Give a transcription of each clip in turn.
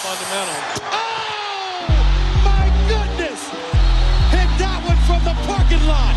Fundamental. Oh, my goodness! Hit that one from the parking lot.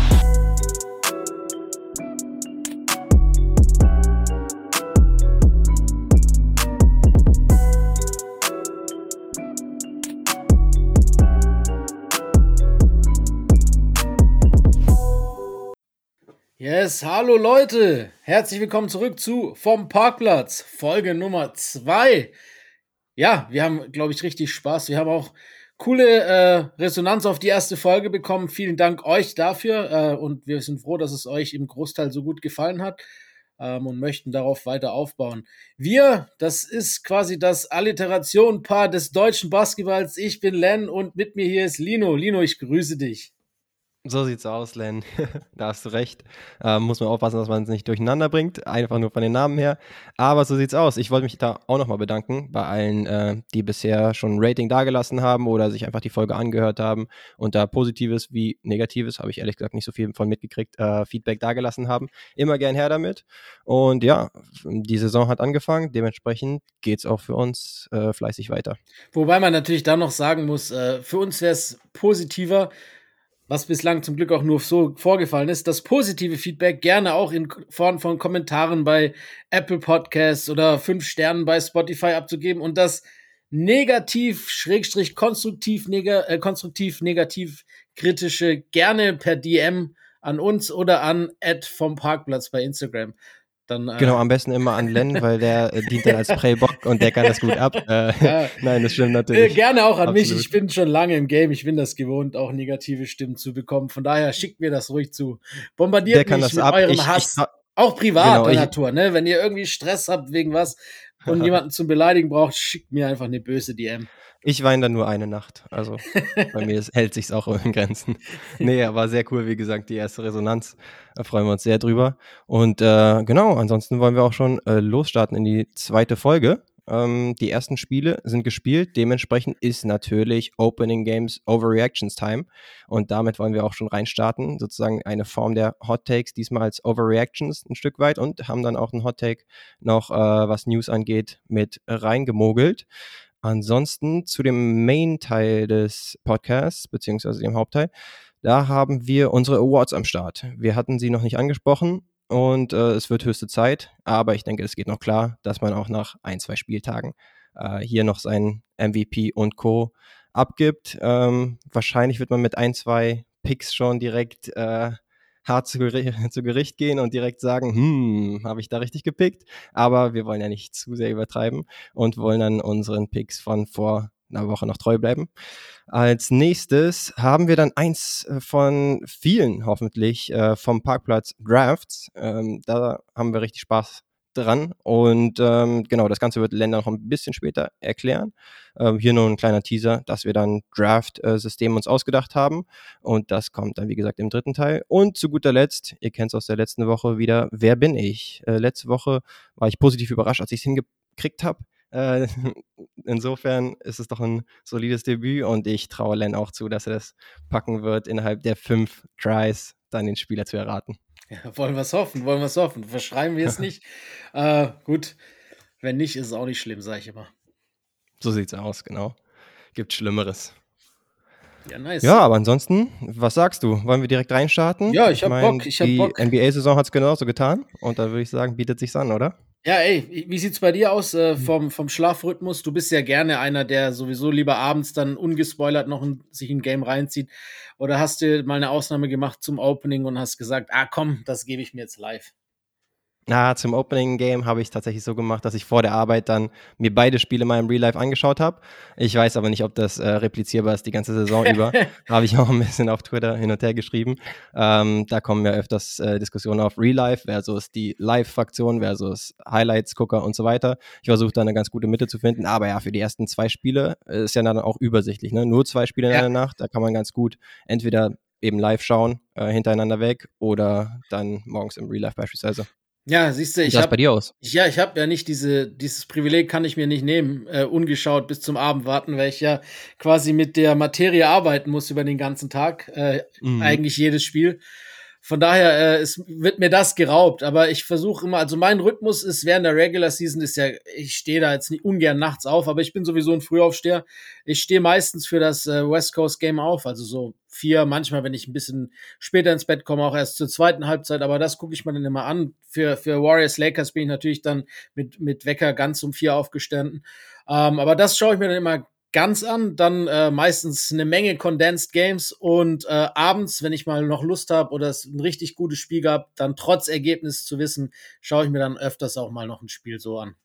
Yes, hallo Leute, herzlich willkommen zurück zu Vom Parkplatz, Folge Nummer 2. Ja, wir haben, glaube ich, richtig Spaß. Wir haben auch coole Resonanz auf die erste Folge bekommen. Vielen Dank euch dafür und wir sind froh, dass es euch im Großteil so gut gefallen hat und möchten darauf weiter aufbauen. Wir, das ist quasi das Alliteration-Paar des deutschen Basketballs. Ich bin Len und mit mir hier ist Lino. Lino, ich grüße dich. So sieht's aus, Len. Da hast du recht. Muss man aufpassen, dass man es nicht durcheinander bringt. Einfach nur von den Namen her. Aber so sieht's aus. Ich wollte mich da auch nochmal bedanken bei allen, die bisher schon ein Rating dagelassen haben oder sich einfach die Folge angehört haben und da Positives wie Negatives, habe ich ehrlich gesagt nicht so viel von mitgekriegt, Feedback dagelassen haben. Immer gern her damit. Und ja, die Saison hat angefangen. Dementsprechend geht's auch für uns fleißig weiter. Wobei man natürlich da noch sagen muss, für uns wäre es positiver, was bislang zum Glück auch nur so vorgefallen ist, das positive Feedback gerne auch in Form von Kommentaren bei Apple Podcasts oder 5 Sternen bei Spotify abzugeben und das negativ, / konstruktiv, negativ, kritische gerne per DM an uns oder an @vomparkplatz bei Instagram. Dann, Genau, am besten immer an Len, weil der dient dann als Prellbock und der kann das gut ab. Ja. Nein, das stimmt natürlich. Gerne auch an Absolut. mich. Ich bin schon lange im Game. Ich bin das gewohnt, auch negative Stimmen zu bekommen. Von daher schickt mir das ruhig zu. Bombardiert Der kann mich das mit ab. eurem Hass. Auch privater Natur, ne? Wenn ihr irgendwie Stress habt wegen was und jemanden zum Beleidigen braucht, schickt mir einfach eine böse DM. Ich weine dann nur eine Nacht. Also bei mir hält sich's auch in Grenzen. Nee, aber sehr cool, wie gesagt, die erste Resonanz. Da freuen wir uns sehr drüber. Und genau, ansonsten wollen wir auch schon losstarten in die zweite Folge. Die ersten Spiele sind gespielt. Dementsprechend ist natürlich Opening Games Overreactions Time. Und damit wollen wir auch schon reinstarten. Sozusagen eine Form der Hot Takes, diesmal als Overreactions ein Stück weit. Und haben dann auch einen Hot Take noch, was News angeht, mit reingemogelt. Ansonsten zu dem Main-Teil des Podcasts, beziehungsweise dem Hauptteil, da haben wir unsere Awards am Start. Wir hatten sie noch nicht angesprochen und es wird höchste Zeit, aber ich denke, es geht noch klar, dass man auch nach 1-2 Spieltagen hier noch seinen MVP und Co. abgibt. Wahrscheinlich wird man mit 1-2 Picks schon direkt hart zu Gericht gehen und direkt sagen, habe ich da richtig gepickt? Aber wir wollen ja nicht zu sehr übertreiben und wollen dann unseren Picks von vor einer Woche noch treu bleiben. Als nächstes haben wir dann eins von vielen hoffentlich vom Parkplatz Drafts. Da haben wir richtig Spaß dran und genau, das Ganze wird Len noch ein bisschen später erklären. Hier nur ein kleiner Teaser, dass wir dann Draft-System uns ausgedacht haben und das kommt dann, wie gesagt, im dritten Teil. Und zu guter Letzt, ihr kennt es aus der letzten Woche wieder, wer bin ich? Letzte Woche war ich positiv überrascht, als ich es hingekriegt habe. Insofern ist es doch ein solides Debüt und ich traue Len auch zu, dass er das packen wird, innerhalb der 5 Tries dann den Spieler zu erraten. Ja, wollen wir es hoffen. Verschreiben wir es nicht. Gut, wenn nicht, ist es auch nicht schlimm, sage ich immer. So sieht's aus, genau. Gibt Schlimmeres. Ja, nice. Ja, aber ansonsten, was sagst du? Wollen wir direkt reinstarten? Ja, ich hab Bock. Die NBA-Saison hat's genauso getan und da würde ich sagen, bietet sich's an, oder? Ja, ey, wie sieht's bei dir aus vom Schlafrhythmus? Du bist ja gerne einer, der sowieso lieber abends dann ungespoilert noch sich ein Game reinzieht. Oder hast du mal eine Ausnahme gemacht zum Opening und hast gesagt, komm, das gebe ich mir jetzt live? Zum Opening-Game habe ich tatsächlich so gemacht, dass ich vor der Arbeit dann mir beide Spiele mal im Real Life angeschaut habe. Ich weiß aber nicht, ob das replizierbar ist die ganze Saison über. Habe ich auch ein bisschen auf Twitter hin und her geschrieben. Da kommen ja öfters Diskussionen auf Real Life versus die Live-Fraktion versus Highlights-Gucker und so weiter. Ich versuche da eine ganz gute Mitte zu finden. Aber ja, für die ersten 2 Spiele ist ja dann auch übersichtlich. Ne? Nur 2 Spiele in einer Nacht, da kann man ganz gut entweder eben live schauen, hintereinander weg oder dann morgens im Real Life beispielsweise. Ja, siehst du, Wie sah es bei dir aus? Ja, ich habe ja nicht dieses Privileg, kann ich mir nicht nehmen, ungeschaut bis zum Abend warten, weil ich ja quasi mit der Materie arbeiten muss über den ganzen Tag, eigentlich jedes Spiel. von daher wird mir das geraubt. Aber ich versuche immer, also mein Rhythmus ist während der Regular Season ist ja, ich stehe da jetzt nicht ungern nachts auf, aber ich bin sowieso ein Frühaufsteher. Ich stehe meistens für das West Coast Game auf, also so 4, manchmal, wenn ich ein bisschen später ins Bett komme, auch erst zur zweiten Halbzeit, aber das gucke ich mir dann immer an. Für Warriors Lakers bin ich natürlich dann mit Wecker ganz um 4 aufgestanden. Aber das schaue ich mir dann immer ganz an, dann meistens eine Menge Condensed Games und abends, wenn ich mal noch Lust habe oder es ein richtig gutes Spiel gab, dann trotz Ergebnis zu wissen, schaue ich mir dann öfters auch mal noch ein Spiel so an.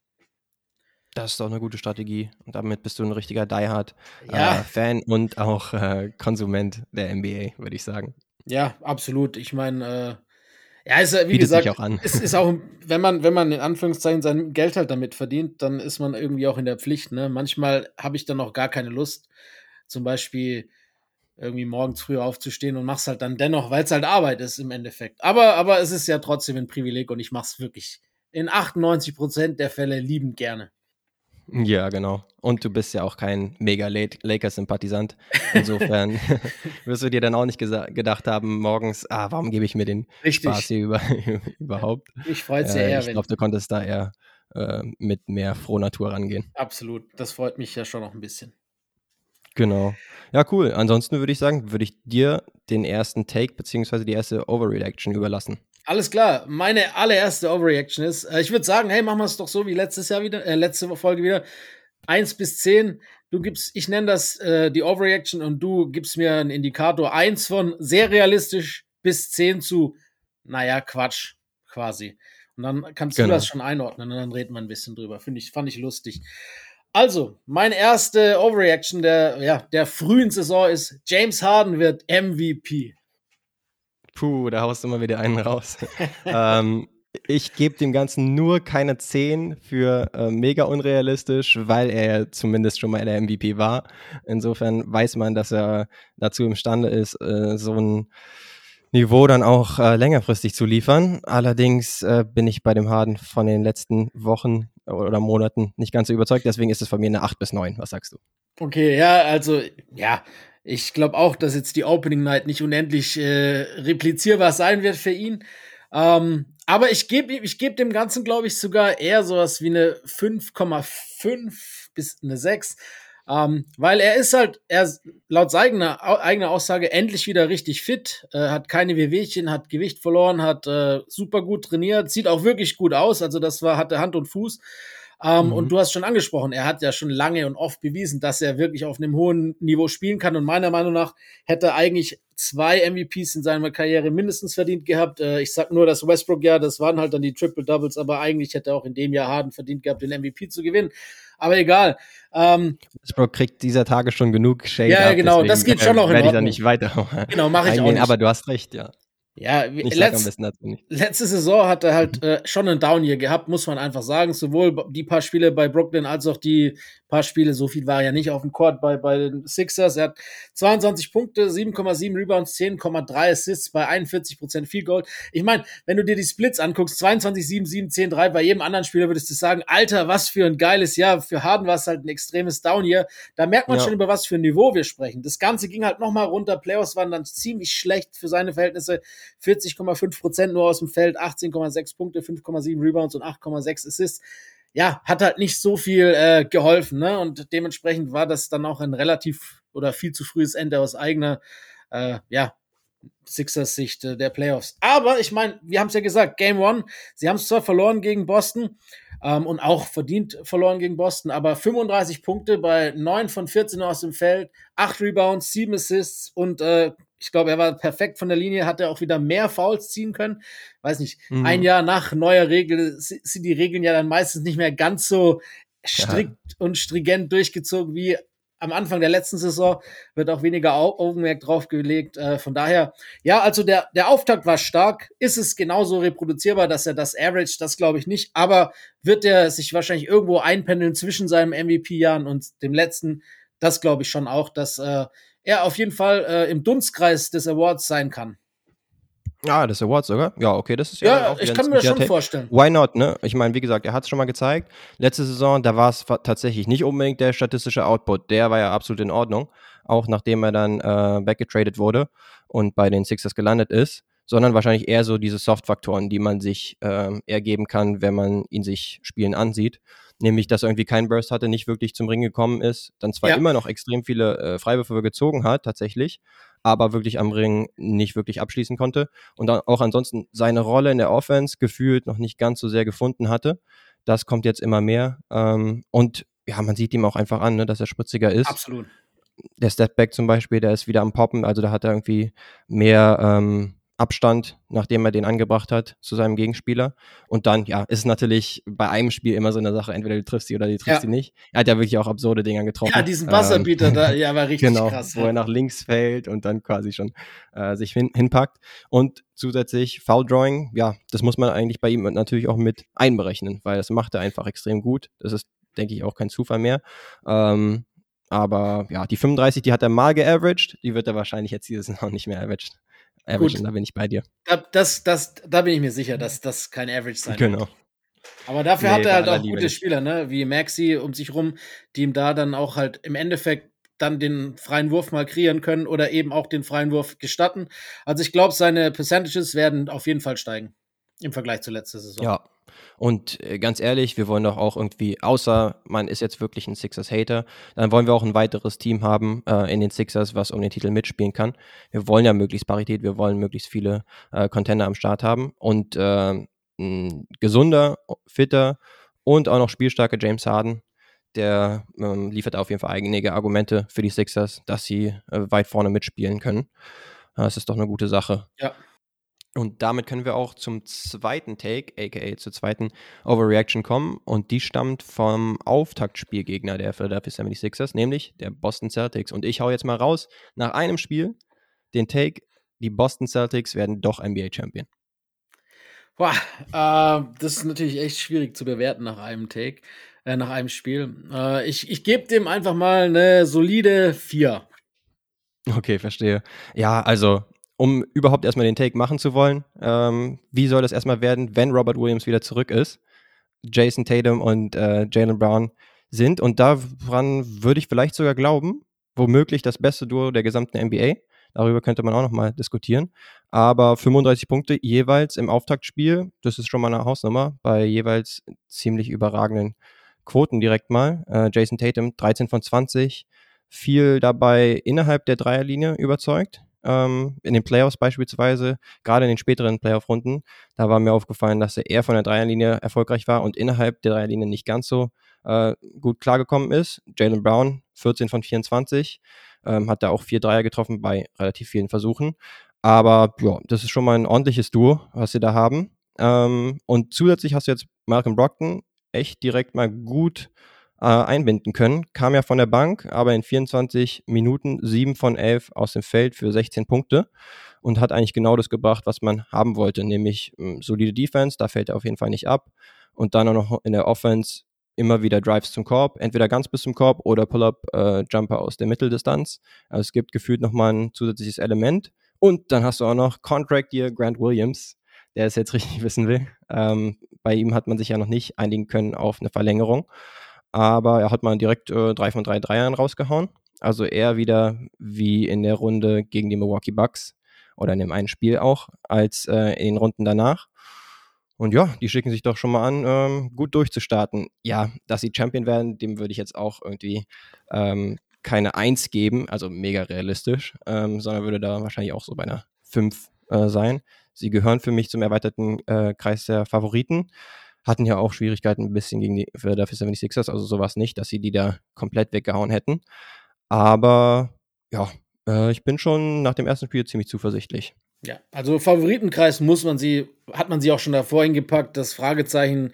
Das ist doch eine gute Strategie. Und damit bist du ein richtiger Ja. Die-Hard-Fan und auch Konsument der NBA, würde ich sagen. Ja, absolut. Ich meine, ja, ist ja, wie Bietet sich gesagt, auch an. es ist auch, wenn man in Anführungszeichen sein Geld halt damit verdient, dann ist man irgendwie auch in der Pflicht, ne? Manchmal habe ich dann auch gar keine Lust, zum Beispiel irgendwie morgens früh aufzustehen und mach's halt dann dennoch, weil es halt Arbeit ist im Endeffekt. Aber es ist ja trotzdem ein Privileg und ich mach's wirklich in 98% der Fälle liebend gerne. Ja, genau. Und du bist ja auch kein mega Lakers-Sympathisant. Insofern wirst du dir dann auch nicht gedacht haben, morgens, warum gebe ich mir den Spaß Richtig. hier überhaupt? Ich freut's ja eher, Ich glaube, du konntest da eher mit mehr Frohnatur rangehen. absolut. Das freut mich ja schon noch ein bisschen. Genau. Ja, cool. Ansonsten würde ich sagen, würde ich dir den ersten Take beziehungsweise die erste Overreaction überlassen. Alles klar, meine allererste Overreaction ist, ich würde sagen, hey, machen wir es doch so wie letzte Folge wieder. 1 bis 10. Ich nenne das die Overreaction und du gibst mir einen Indikator. 1 von sehr realistisch bis 10 zu, naja, Quatsch, quasi. Und dann kannst du das schon einordnen und dann reden wir ein bisschen drüber. Fand ich lustig. Also, meine erste Overreaction der frühen Saison ist, James Harden wird MVP. Puh, da haust du mal wieder einen raus. Ich gebe dem Ganzen nur keine 10 für mega unrealistisch, weil er zumindest schon mal der MVP war. Insofern weiß man, dass er dazu imstande ist, so ein Niveau dann auch längerfristig zu liefern. Allerdings bin ich bei dem Harden von den letzten Wochen oder Monaten nicht ganz so überzeugt. Deswegen ist es von mir eine 8 bis 9. Was sagst du? Okay, ja, also, ja, ich glaube auch, dass jetzt die Opening Night nicht unendlich replizierbar sein wird für ihn. Aber ich geb dem Ganzen, glaube ich, sogar eher sowas wie eine 5,5 bis eine 6. Weil er ist laut eigener Aussage endlich wieder richtig fit, hat keine Wehwehchen, hat Gewicht verloren, hat super gut trainiert, sieht auch wirklich gut aus, also hatte Hand und Fuß. Und du hast schon angesprochen, er hat ja schon lange und oft bewiesen, dass er wirklich auf einem hohen Niveau spielen kann. Und meiner Meinung nach hätte er eigentlich 2 MVPs in seiner Karriere mindestens verdient gehabt. Ich sag nur, das Westbrook-Jahr, das waren halt dann die Triple-Doubles, aber eigentlich hätte er auch in dem Jahr Harden verdient gehabt, den MVP zu gewinnen. Aber egal. Westbrook kriegt dieser Tage schon genug Shade ja, ab, genau, deswegen, das geht schon noch in werde ich da Ordnung. nicht weiter Genau, mache ich auch nicht. Aber du hast recht, ja. Ja, Ich sag am besten dazu nicht. letzte Saison hat er halt schon einen Down-Year gehabt, muss man einfach sagen. Sowohl die paar Spiele bei Brooklyn als auch die paar Spiele, so viel war er ja nicht auf dem Court bei den Sixers. Er hat 22 Punkte, 7,7 Rebounds, 10,3 Assists bei 41% Field Goal. Ich meine, wenn du dir die Splits anguckst, 22, 7, 7, 10, 3, bei jedem anderen Spieler würdest du sagen, Alter, was für ein geiles Jahr. Für Harden war es halt ein extremes Down-Year. Da merkt man schon, über was für ein Niveau wir sprechen. Das Ganze ging halt nochmal runter. Playoffs waren dann ziemlich schlecht für seine Verhältnisse. 40,5% nur aus dem Feld, 18,6 Punkte, 5,7 Rebounds und 8,6 Assists. Ja, hat halt nicht so viel geholfen, ne? Und dementsprechend war das dann auch ein relativ oder viel zu frühes Ende aus eigener Sixers-Sicht der Playoffs. Aber ich meine, wir haben es ja gesagt, Game 1, sie haben es zwar verloren gegen Boston und auch verdient verloren gegen Boston, aber 35 Punkte bei 9 von 14 aus dem Feld, 8 Rebounds, 7 Assists und ich glaube, er war perfekt von der Linie, hat er auch wieder mehr Fouls ziehen können. Weiß nicht, ein Jahr nach neuer Regel sind die Regeln ja dann meistens nicht mehr ganz so strikt und stringent durchgezogen wie am Anfang der letzten Saison, wird auch weniger Augenmerk drauf gelegt. Von daher, ja, also der Auftakt war stark. Ist es genauso reproduzierbar, dass er das average? Das glaube ich nicht. Aber wird er sich wahrscheinlich irgendwo einpendeln zwischen seinem MVP-Jahren und dem letzten? Das glaube ich schon auch, dass er auf jeden Fall im Dunstkreis des Awards sein kann. Ja, des Awards sogar? Ja, okay, das ist ja auch ich kann mir das schon vorstellen. Why not, ne? Ich meine, wie gesagt, er hat es schon mal gezeigt. Letzte Saison, da war es tatsächlich nicht unbedingt der statistische Output. Der war ja absolut in Ordnung. Auch nachdem er dann weggetradet wurde und bei den Sixers gelandet ist. sondern wahrscheinlich eher so diese Soft-Faktoren, die man sich ergeben kann, wenn man ihn sich spielen ansieht. Nämlich, dass er irgendwie keinen Burst hatte, nicht wirklich zum Ring gekommen ist, dann zwar immer noch extrem viele Freiwürfe gezogen hat, tatsächlich, aber wirklich am Ring nicht wirklich abschließen konnte und dann auch ansonsten seine Rolle in der Offense gefühlt noch nicht ganz so sehr gefunden hatte. Das kommt jetzt immer mehr und ja, man sieht ihm auch einfach an, ne, dass er spritziger ist. Absolut. Der Stepback zum Beispiel, der ist wieder am Poppen, also da hat er irgendwie mehr Abstand, nachdem er den angebracht hat zu seinem Gegenspieler. Und dann, ja, ist natürlich bei einem Spiel immer so eine Sache, entweder du triffst sie oder du triffst sie nicht. Er hat ja wirklich auch absurde Dinger getroffen. Ja, diesen Buzzerbeater da, ja, war richtig krass. Wo er nach links fällt und dann quasi schon sich hinpackt. Und zusätzlich Foul Drawing, ja, das muss man eigentlich bei ihm natürlich auch mit einberechnen, weil das macht er einfach extrem gut. Das ist, denke ich, auch kein Zufall mehr. Aber ja, die 35, die hat er mal geaveraged, die wird er wahrscheinlich jetzt dieses Jahr nicht mehr averaged. Gut. Da bin ich bei dir. Da bin ich mir sicher, dass das kein Average sein wird. Genau. Aber dafür hat er halt auch gute Spieler, ne? Wie Maxi um sich rum, die ihm da dann auch halt im Endeffekt dann den freien Wurf mal kreieren können oder eben auch den freien Wurf gestatten. Also ich glaube, seine Percentages werden auf jeden Fall steigen im Vergleich zur letzten Saison. Ja, und ganz ehrlich, wir wollen doch auch irgendwie, außer man ist jetzt wirklich ein Sixers-Hater, dann wollen wir auch ein weiteres Team haben in den Sixers, was um den Titel mitspielen kann. Wir wollen ja möglichst Parität, wir wollen möglichst viele Contender am Start haben und ein gesunder, fitter und auch noch spielstarker James Harden, der liefert auf jeden Fall einige Argumente für die Sixers, dass sie weit vorne mitspielen können. Das ist doch eine gute Sache. Ja. Und damit können wir auch zum zweiten Take, aka zur zweiten Overreaction kommen. Und die stammt vom Auftaktspielgegner der Philadelphia 76ers, nämlich der Boston Celtics. Und ich hau jetzt mal raus, nach einem Spiel, den Take, die Boston Celtics werden doch NBA-Champion. Boah, das ist natürlich echt schwierig zu bewerten nach einem Take, nach einem Spiel. Ich gebe dem einfach mal eine solide 4. Okay, verstehe. Ja, also um überhaupt erstmal den Take machen zu wollen, wie soll das erstmal werden, wenn Robert Williams wieder zurück ist, Jason Tatum und Jaylen Brown sind und daran würde ich vielleicht sogar glauben, womöglich das beste Duo der gesamten NBA. Darüber könnte man auch nochmal diskutieren. Aber 35 Punkte jeweils im Auftaktspiel, das ist schon mal eine Hausnummer, bei jeweils ziemlich überragenden Quoten direkt mal. Jason Tatum 13 von 20, viel dabei innerhalb der Dreierlinie überzeugt. In den Playoffs beispielsweise, gerade in den späteren Playoff-Runden, da war mir aufgefallen, dass er eher von der Dreierlinie erfolgreich war und innerhalb der Dreierlinie nicht ganz so gut klargekommen ist. Jaylen Brown 14 von 24, hat da auch 4 Dreier getroffen bei relativ vielen Versuchen. Aber ja, das ist schon mal ein ordentliches Duo, was sie da haben. Und zusätzlich hast du jetzt Malcolm Brogdon echt direkt mal gut einbinden können. Kam ja von der Bank, aber in 24 Minuten 7 von 11 aus dem Feld für 16 Punkte und hat eigentlich genau das gebracht, was man haben wollte, nämlich solide Defense, da fällt er auf jeden Fall nicht ab. Und dann auch noch in der Offense immer wieder Drives zum Korb, entweder ganz bis zum Korb oder Pull-Up-Jumper aus der Mitteldistanz. Also es gibt gefühlt nochmal ein zusätzliches Element. Und dann hast du auch noch Contract Year Grant Williams, der es jetzt richtig wissen will. Bei ihm hat man sich ja noch nicht einigen können auf eine Verlängerung. Aber er hat mal direkt 3 von 3 Dreiern rausgehauen. Also eher wieder wie in der Runde gegen die Milwaukee Bucks oder in dem einen Spiel auch, als in den Runden danach. Und ja, die schicken sich doch schon mal an, gut durchzustarten. Ja, dass sie Champion werden, dem würde ich jetzt auch irgendwie keine 1 geben, also mega realistisch, sondern würde da wahrscheinlich auch so bei einer 5 sein. Sie gehören für mich zum erweiterten Kreis der Favoriten. Hatten ja auch Schwierigkeiten ein bisschen gegen die Philadelphia 76ers, also sowas nicht, dass sie die da komplett weggehauen hätten. Aber ja, ich bin schon nach dem ersten Spiel ziemlich zuversichtlich. Ja, also Favoritenkreis hat man sie auch schon davor hingepackt. Das Fragezeichen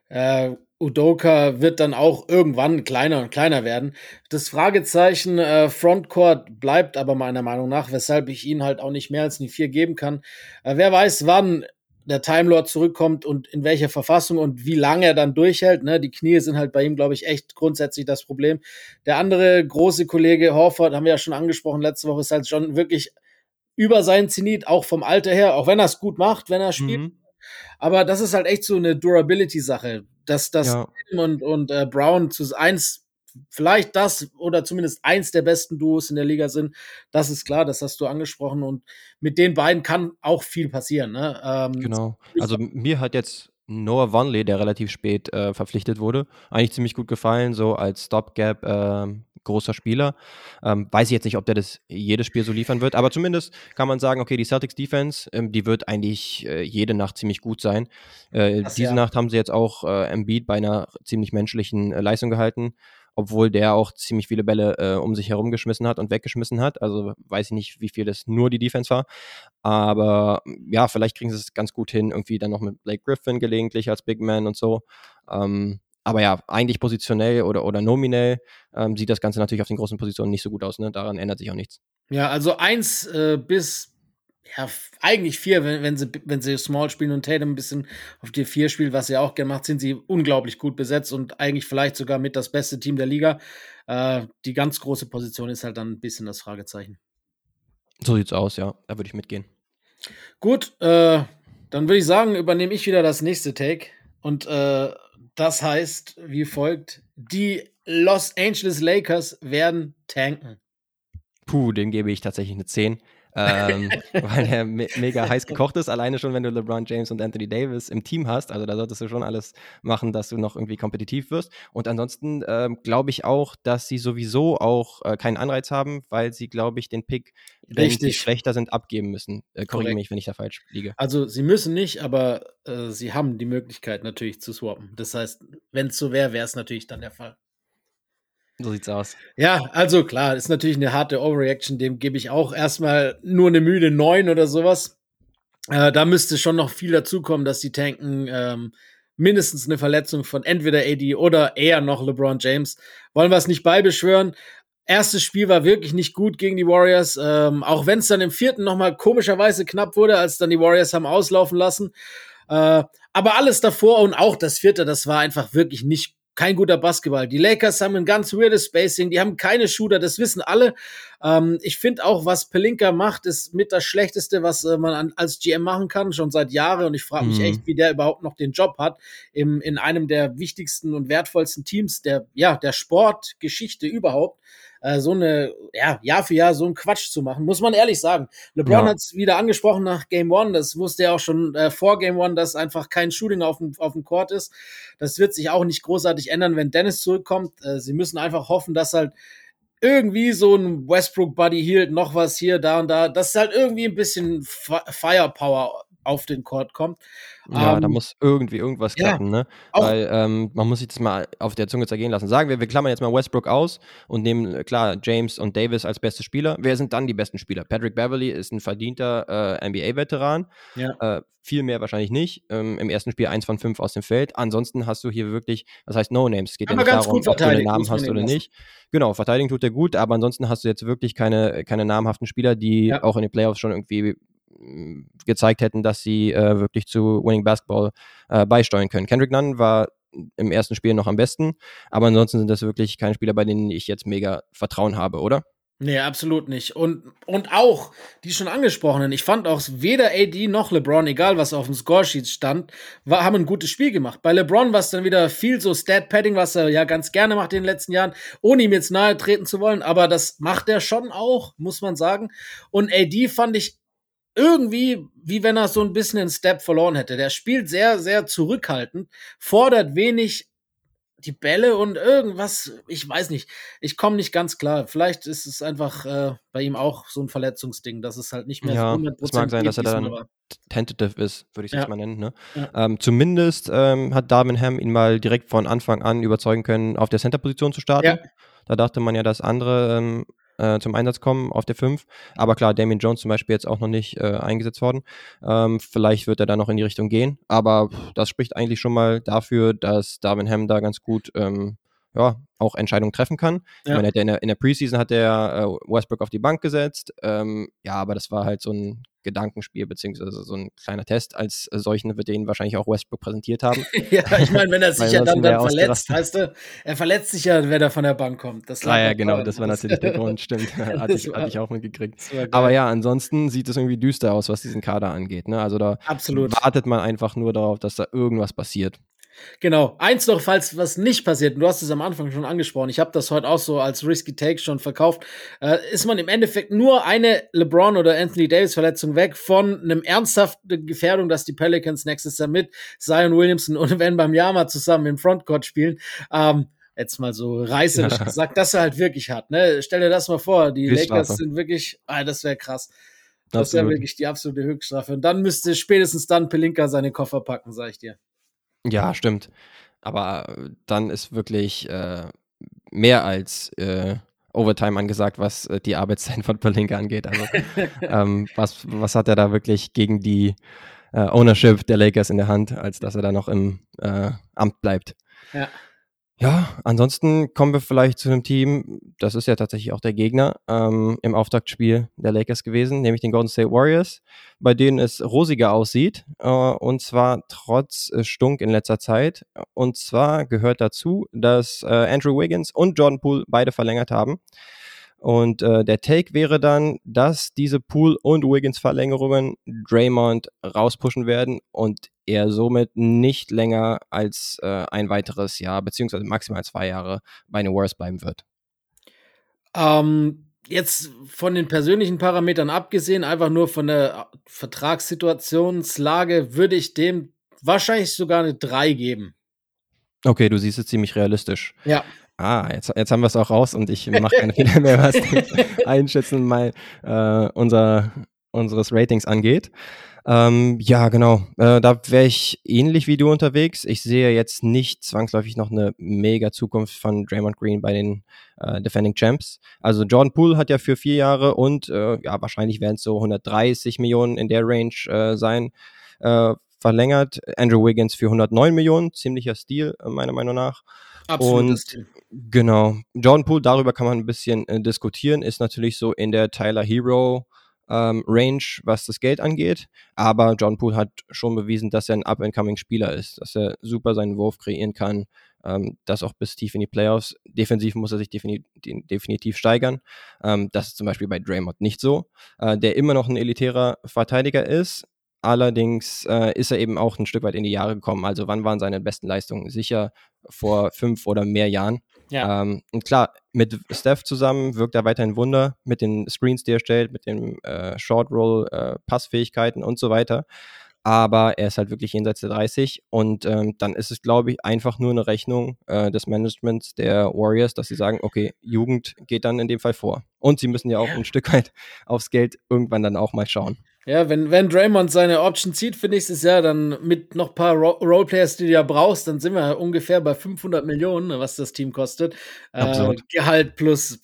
Udoka wird dann auch irgendwann kleiner und kleiner werden. Das Fragezeichen Frontcourt bleibt aber meiner Meinung nach, weshalb ich ihnen halt auch nicht mehr als eine 4 geben kann. Wer weiß, wann der Time Lord zurückkommt und in welcher Verfassung und wie lange er dann durchhält. Ne? Die Knie sind halt bei ihm, glaube ich, echt grundsätzlich das Problem. Der andere große Kollege Horford, haben wir ja schon angesprochen letzte Woche, ist halt schon wirklich über seinen Zenit, auch vom Alter her, auch wenn er es gut macht, wenn er spielt. Aber das ist halt echt so eine Durability-Sache, dass Ja. und Brown zu 1 vielleicht das oder zumindest eins der besten Duos in der Liga sind. Das ist klar, das hast du angesprochen. Und mit den beiden kann auch viel passieren. Ne? Genau. Also mir hat jetzt Noah Vonleh, der relativ spät verpflichtet wurde, eigentlich ziemlich gut gefallen, so als Stopgap großer Spieler. Weiß ich jetzt nicht, ob der das jedes Spiel so liefern wird, aber zumindest kann man sagen, okay, die Celtics Defense, die wird eigentlich jede Nacht ziemlich gut sein. Diese Nacht haben sie jetzt auch Embiid bei einer ziemlich menschlichen Leistung gehalten, obwohl der auch ziemlich viele Bälle um sich herum geschmissen hat und weggeschmissen hat. Also weiß ich nicht, wie viel das nur die Defense war. Aber ja, vielleicht kriegen sie es ganz gut hin, irgendwie dann noch mit Blake Griffin gelegentlich als Big Man und so. Aber ja, eigentlich positionell oder nominell sieht das Ganze natürlich auf den großen Positionen nicht so gut aus. Ne? Daran ändert sich auch nichts. Ja, also 1 bis eigentlich 4, wenn sie Small spielen und Tatum ein bisschen auf die 4 spielt, was sie auch gerne macht, sind sie unglaublich gut besetzt und eigentlich vielleicht sogar mit das beste Team der Liga. Die ganz große Position ist halt dann ein bisschen das Fragezeichen. So sieht's aus, ja. Da würde ich mitgehen. Gut, dann würde ich sagen, übernehme ich wieder das nächste Take. Und das heißt wie folgt: Die Los Angeles Lakers werden tanken. Puh, dem gebe ich tatsächlich eine 10. Weil er mega heiß gekocht ist, alleine schon, wenn du LeBron James und Anthony Davis im Team hast. Also da solltest du schon alles machen, dass du noch irgendwie kompetitiv wirst. Und ansonsten glaube ich auch, dass sie sowieso auch keinen Anreiz haben, weil sie, glaube ich, den Pick, wenn sie schlechter sind, abgeben müssen. Korrigiere mich, wenn ich da falsch liege. Also sie müssen nicht, aber sie haben die Möglichkeit natürlich zu swappen. Das heißt, wenn es so wäre, wäre es natürlich dann der Fall. So sieht's aus. Ja, also klar, ist natürlich eine harte Overreaction, dem gebe ich auch erstmal nur eine müde 9 oder sowas. Da müsste schon noch viel dazukommen, dass die tanken mindestens eine Verletzung von entweder AD oder eher noch LeBron James. Wollen wir es nicht beibeschwören. Erstes Spiel war wirklich nicht gut gegen die Warriors, auch wenn es dann im 4. nochmal komischerweise knapp wurde, als dann die Warriors haben auslaufen lassen. Aber alles davor und auch das 4., das war einfach wirklich nicht kein guter Basketball. Die Lakers haben ein ganz weirdes Spacing, die haben keine Shooter, das wissen alle. Ich finde auch, was Pelinka macht, ist mit das Schlechteste, was man als GM machen kann, schon seit Jahren. Und ich frage mich echt, wie der überhaupt noch den Job hat, in einem der wichtigsten und wertvollsten Teams der Sportgeschichte überhaupt. So eine, Jahr für Jahr so einen Quatsch zu machen, muss man ehrlich sagen. LeBron hat es wieder angesprochen nach Game 1, das wusste er auch schon vor Game 1, dass einfach kein Shooting auf dem Court ist. Das wird sich auch nicht großartig ändern, wenn Dennis zurückkommt. Sie müssen einfach hoffen, dass halt irgendwie so ein Westbrook Buddy Hield noch was hier, da und da, dass halt irgendwie ein bisschen Firepower auf den Court kommt. Ja, da muss irgendwas klappen, ne? Weil man muss sich das mal auf der Zunge zergehen lassen. Sagen wir klammern jetzt mal Westbrook aus und nehmen, klar, James und Davis als beste Spieler. Wer sind dann die besten Spieler? Patrick Beverley ist ein verdienter NBA-Veteran. Ja. Viel mehr wahrscheinlich nicht. Im ersten Spiel 1 von 5 aus dem Feld. Ansonsten hast du hier wirklich, das heißt No-Names. Es geht ja nicht darum, ob du einen Namen hast oder nicht. Genau, verteidigen tut er gut, aber ansonsten hast du jetzt wirklich keine namhaften Spieler, die auch in den Playoffs schon irgendwie gezeigt hätten, dass sie wirklich zu Winning Basketball beisteuern können. Kendrick Nunn war im ersten Spiel noch am besten, aber ansonsten sind das wirklich keine Spieler, bei denen ich jetzt mega Vertrauen habe, oder? Nee, absolut nicht. Und auch die schon angesprochenen, ich fand auch weder AD noch LeBron, egal was auf dem Scoresheet stand, haben ein gutes Spiel gemacht. Bei LeBron war es dann wieder viel so Stat-Padding, was er ja ganz gerne macht in den letzten Jahren, ohne ihm jetzt nahe treten zu wollen, aber das macht er schon auch, muss man sagen. Und AD fand ich irgendwie, wie wenn er so ein bisschen einen Step verloren hätte. Der spielt sehr, sehr zurückhaltend, fordert wenig die Bälle und irgendwas, ich weiß nicht, ich komme nicht ganz klar. Vielleicht ist es einfach bei ihm auch so ein Verletzungsding, dass es halt nicht mehr ja, 100% es mag sein, dass er dann war. Tentative ist, würde ich es jetzt mal nennen. Ne? Ja. Zumindest hat Darvin Ham ihn mal direkt von Anfang an überzeugen können, auf der Center-Position zu starten. Ja. Da dachte man ja, dass andere zum Einsatz kommen auf der 5. Aber klar, Damian Jones zum Beispiel jetzt auch noch nicht eingesetzt worden. Vielleicht wird er da noch in die Richtung gehen. Aber das spricht eigentlich schon mal dafür, dass Darvin Ham da ganz gut auch Entscheidungen treffen kann. Ja. Ich meine, in der Preseason hat er Westbrook auf die Bank gesetzt. Aber das war halt so ein Gedankenspiel, beziehungsweise so ein kleiner Test. Als solchen wird er ihn wahrscheinlich auch Westbrook präsentiert haben. Ja, ich meine, wenn er sich ja dann verletzt, weißt du, er verletzt sich ja, wenn er von der Bank kommt. Das ja, genau, das war natürlich der Grund, stimmt. Hatte ich auch mitgekriegt. Aber ja, ansonsten sieht es irgendwie düster aus, was diesen Kader angeht. Ne? Also da wartet man einfach nur darauf, dass da irgendwas passiert. Genau. Eins noch, falls was nicht passiert, und du hast es am Anfang schon angesprochen, ich habe das heute auch so als Risky Take schon verkauft, ist man im Endeffekt nur eine LeBron oder Anthony Davis Verletzung weg von einem ernsthaften Gefährdung, dass die Pelicans nächstes Jahr mit Zion Williamson und Wembanyama zusammen im Frontcourt spielen. Jetzt mal so reißerisch gesagt, dass er halt wirklich hat. Ne? Stell dir das mal vor, die Lakers sind wirklich, das wäre krass. Das wäre wirklich die absolute Höchststrafe. Und dann müsste spätestens dann Pelinka seine Koffer packen, sag ich dir. Ja, stimmt. Aber dann ist wirklich mehr als Overtime angesagt, was die Arbeitszeit von Pelinka angeht. Also was hat er da wirklich gegen die Ownership der Lakers in der Hand, als dass er da noch im Amt bleibt. Ja, ansonsten kommen wir vielleicht zu einem Team, das ist ja tatsächlich auch der Gegner im Auftaktspiel der Lakers gewesen, nämlich den Golden State Warriors, bei denen es rosiger aussieht, und zwar trotz Stunk in letzter Zeit. Und zwar gehört dazu, dass Andrew Wiggins und Jordan Poole beide verlängert haben. Und der Take wäre dann, dass diese Poole- und Wiggins-Verlängerungen Draymond rauspushen werden und er somit nicht länger als ein weiteres Jahr, beziehungsweise maximal 2 Jahre bei den Warriors bleiben wird. Jetzt von den persönlichen Parametern abgesehen, einfach nur von der Vertragssituationslage, würde ich dem wahrscheinlich sogar eine 3 geben. Okay, du siehst es ziemlich realistisch. Ja. Jetzt haben wir es auch raus und ich mache keine Fehler mehr, was das Einschätzen unseres Ratings angeht. Ja, genau. Da wäre ich ähnlich wie du unterwegs. Ich sehe jetzt nicht zwangsläufig noch eine mega Zukunft von Draymond Green bei den Defending Champs. Also Jordan Poole hat ja für 4 Jahre und wahrscheinlich werden es so 130 Millionen in der Range sein, verlängert. Andrew Wiggins für 109 Millionen, ziemlicher Stil, meiner Meinung nach. Absolutes Stil. Genau. Jordan Poole, darüber kann man ein bisschen diskutieren, ist natürlich so in der Tyler Hero Range, was das Geld angeht. Aber Jordan Poole hat schon bewiesen, dass er ein Up-and-Coming-Spieler ist, dass er super seinen Wurf kreieren kann, das auch bis tief in die Playoffs. Defensiv muss er sich definitiv steigern. Das ist zum Beispiel bei Draymond nicht so, der immer noch ein elitärer Verteidiger ist. Allerdings ist er eben auch ein Stück weit in die Jahre gekommen. Also wann waren seine besten Leistungen? Sicher vor 5 oder mehr Jahren. Ja. Und klar, mit Steph zusammen wirkt er weiterhin Wunder, mit den Screens, die er stellt, mit den Short-Roll, Passfähigkeiten und so weiter. Aber er ist halt wirklich jenseits der 30 und dann ist es, glaube ich, einfach nur eine Rechnung des Managements der Warriors, dass sie sagen, okay, Jugend geht dann in dem Fall vor. Und sie müssen ja auch ein Stück weit aufs Geld irgendwann dann auch mal schauen. Ja, wenn Draymond seine Option zieht für nächstes Jahr, dann mit noch ein paar Roleplayers, die du ja brauchst, dann sind wir ungefähr bei 500 Millionen, was das Team kostet. Gehalt plus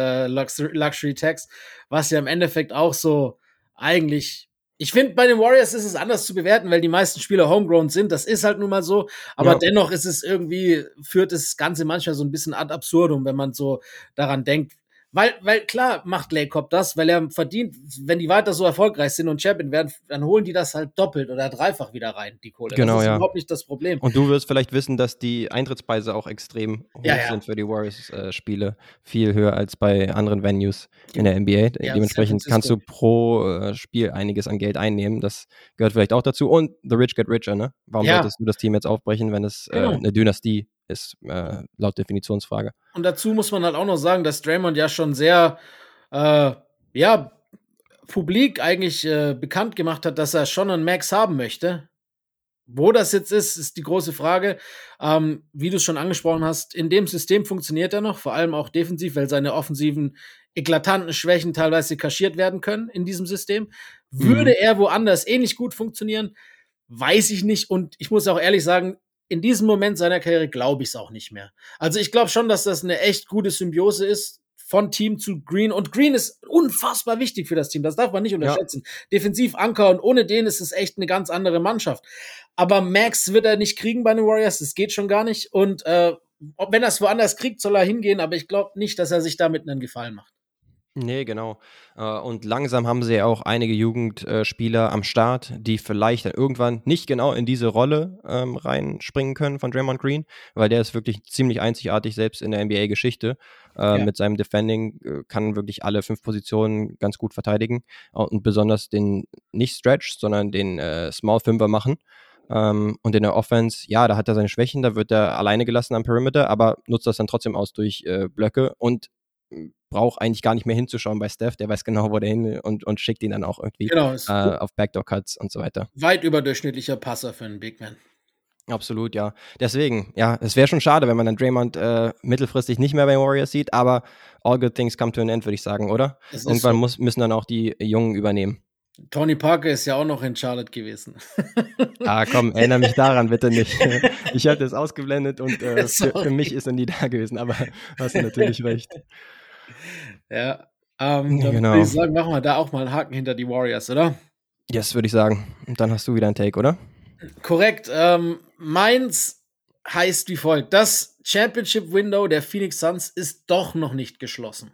Luxury Tax, was ja im Endeffekt auch so eigentlich, ich finde, bei den Warriors ist es anders zu bewerten, weil die meisten Spieler homegrown sind. Das ist halt nun mal so. Aber dennoch ist es irgendwie, führt das Ganze manchmal so ein bisschen ad absurdum, wenn man so daran denkt. Weil klar macht Lacob das, weil er verdient, wenn die weiter so erfolgreich sind und Champion werden, dann holen die das halt doppelt oder dreifach wieder rein, die Kohle. Genau, das ist überhaupt nicht das Problem. Und du wirst vielleicht wissen, dass die Eintrittspreise auch extrem hoch sind für die Warriors-Spiele. Viel höher als bei anderen Venues in der NBA. Dementsprechend kannst du pro Spiel einiges an Geld einnehmen. Das gehört vielleicht auch dazu. Und the rich get richer, ne? Warum solltest du das Team jetzt aufbrechen, wenn es eine Dynastie ist, laut Definitionsfrage. Und dazu muss man halt auch noch sagen, dass Draymond ja schon sehr, publik eigentlich bekannt gemacht hat, dass er schon einen Max haben möchte. Wo das jetzt ist die große Frage. Wie du es schon angesprochen hast, in dem System funktioniert er noch, vor allem auch defensiv, weil seine offensiven eklatanten Schwächen teilweise kaschiert werden können in diesem System. Würde er woanders ähnlich gut funktionieren? Weiß ich nicht. Und ich muss auch ehrlich sagen, in diesem Moment seiner Karriere glaube ich es auch nicht mehr. Also ich glaube schon, dass das eine echt gute Symbiose ist von Team zu Green. Und Green ist unfassbar wichtig für das Team. Das darf man nicht unterschätzen. Ja. Defensiv Anker und ohne den ist es echt eine ganz andere Mannschaft. Aber Max wird er nicht kriegen bei den Warriors. Das geht schon gar nicht. Und wenn er es woanders kriegt, soll er hingehen. Aber ich glaube nicht, dass er sich damit einen Gefallen macht. Nee, genau. Und langsam haben sie ja auch einige Jugendspieler am Start, die vielleicht dann irgendwann nicht genau in diese Rolle reinspringen können von Draymond Green, weil der ist wirklich ziemlich einzigartig, selbst in der NBA-Geschichte. Mit seinem Defending kann wirklich alle 5 Positionen ganz gut verteidigen und besonders den nicht Stretch, sondern den Small Fünfer machen. Und in der Offense, ja, da hat er seine Schwächen, da wird er alleine gelassen am Perimeter, aber nutzt das dann trotzdem aus durch Blöcke und braucht eigentlich gar nicht mehr hinzuschauen bei Steph, der weiß genau, wo der hin will und schickt ihn dann auch irgendwie Genau, auf Backdoor-Cuts und so weiter. weit überdurchschnittlicher Passer für einen Big Man. Absolut, ja. Deswegen, ja, es wäre schon schade, wenn man dann Draymond mittelfristig nicht mehr bei Warriors sieht, aber all good things come to an end, würde ich sagen, oder? Irgendwann müssen dann auch die Jungen übernehmen. Tony Parker ist ja auch noch in Charlotte gewesen. Ah, komm, erinnere mich daran bitte nicht. Ich hatte es ausgeblendet und für mich ist er nie da gewesen, aber hast du natürlich recht. Ja, dann genau. würde ich sagen, machen wir da auch mal einen Haken hinter die Warriors, oder? Yes, würde ich sagen. Und dann hast du wieder einen Take, oder? Korrekt. Meins heißt wie folgt: Das Championship-Window der Phoenix Suns ist doch noch nicht geschlossen.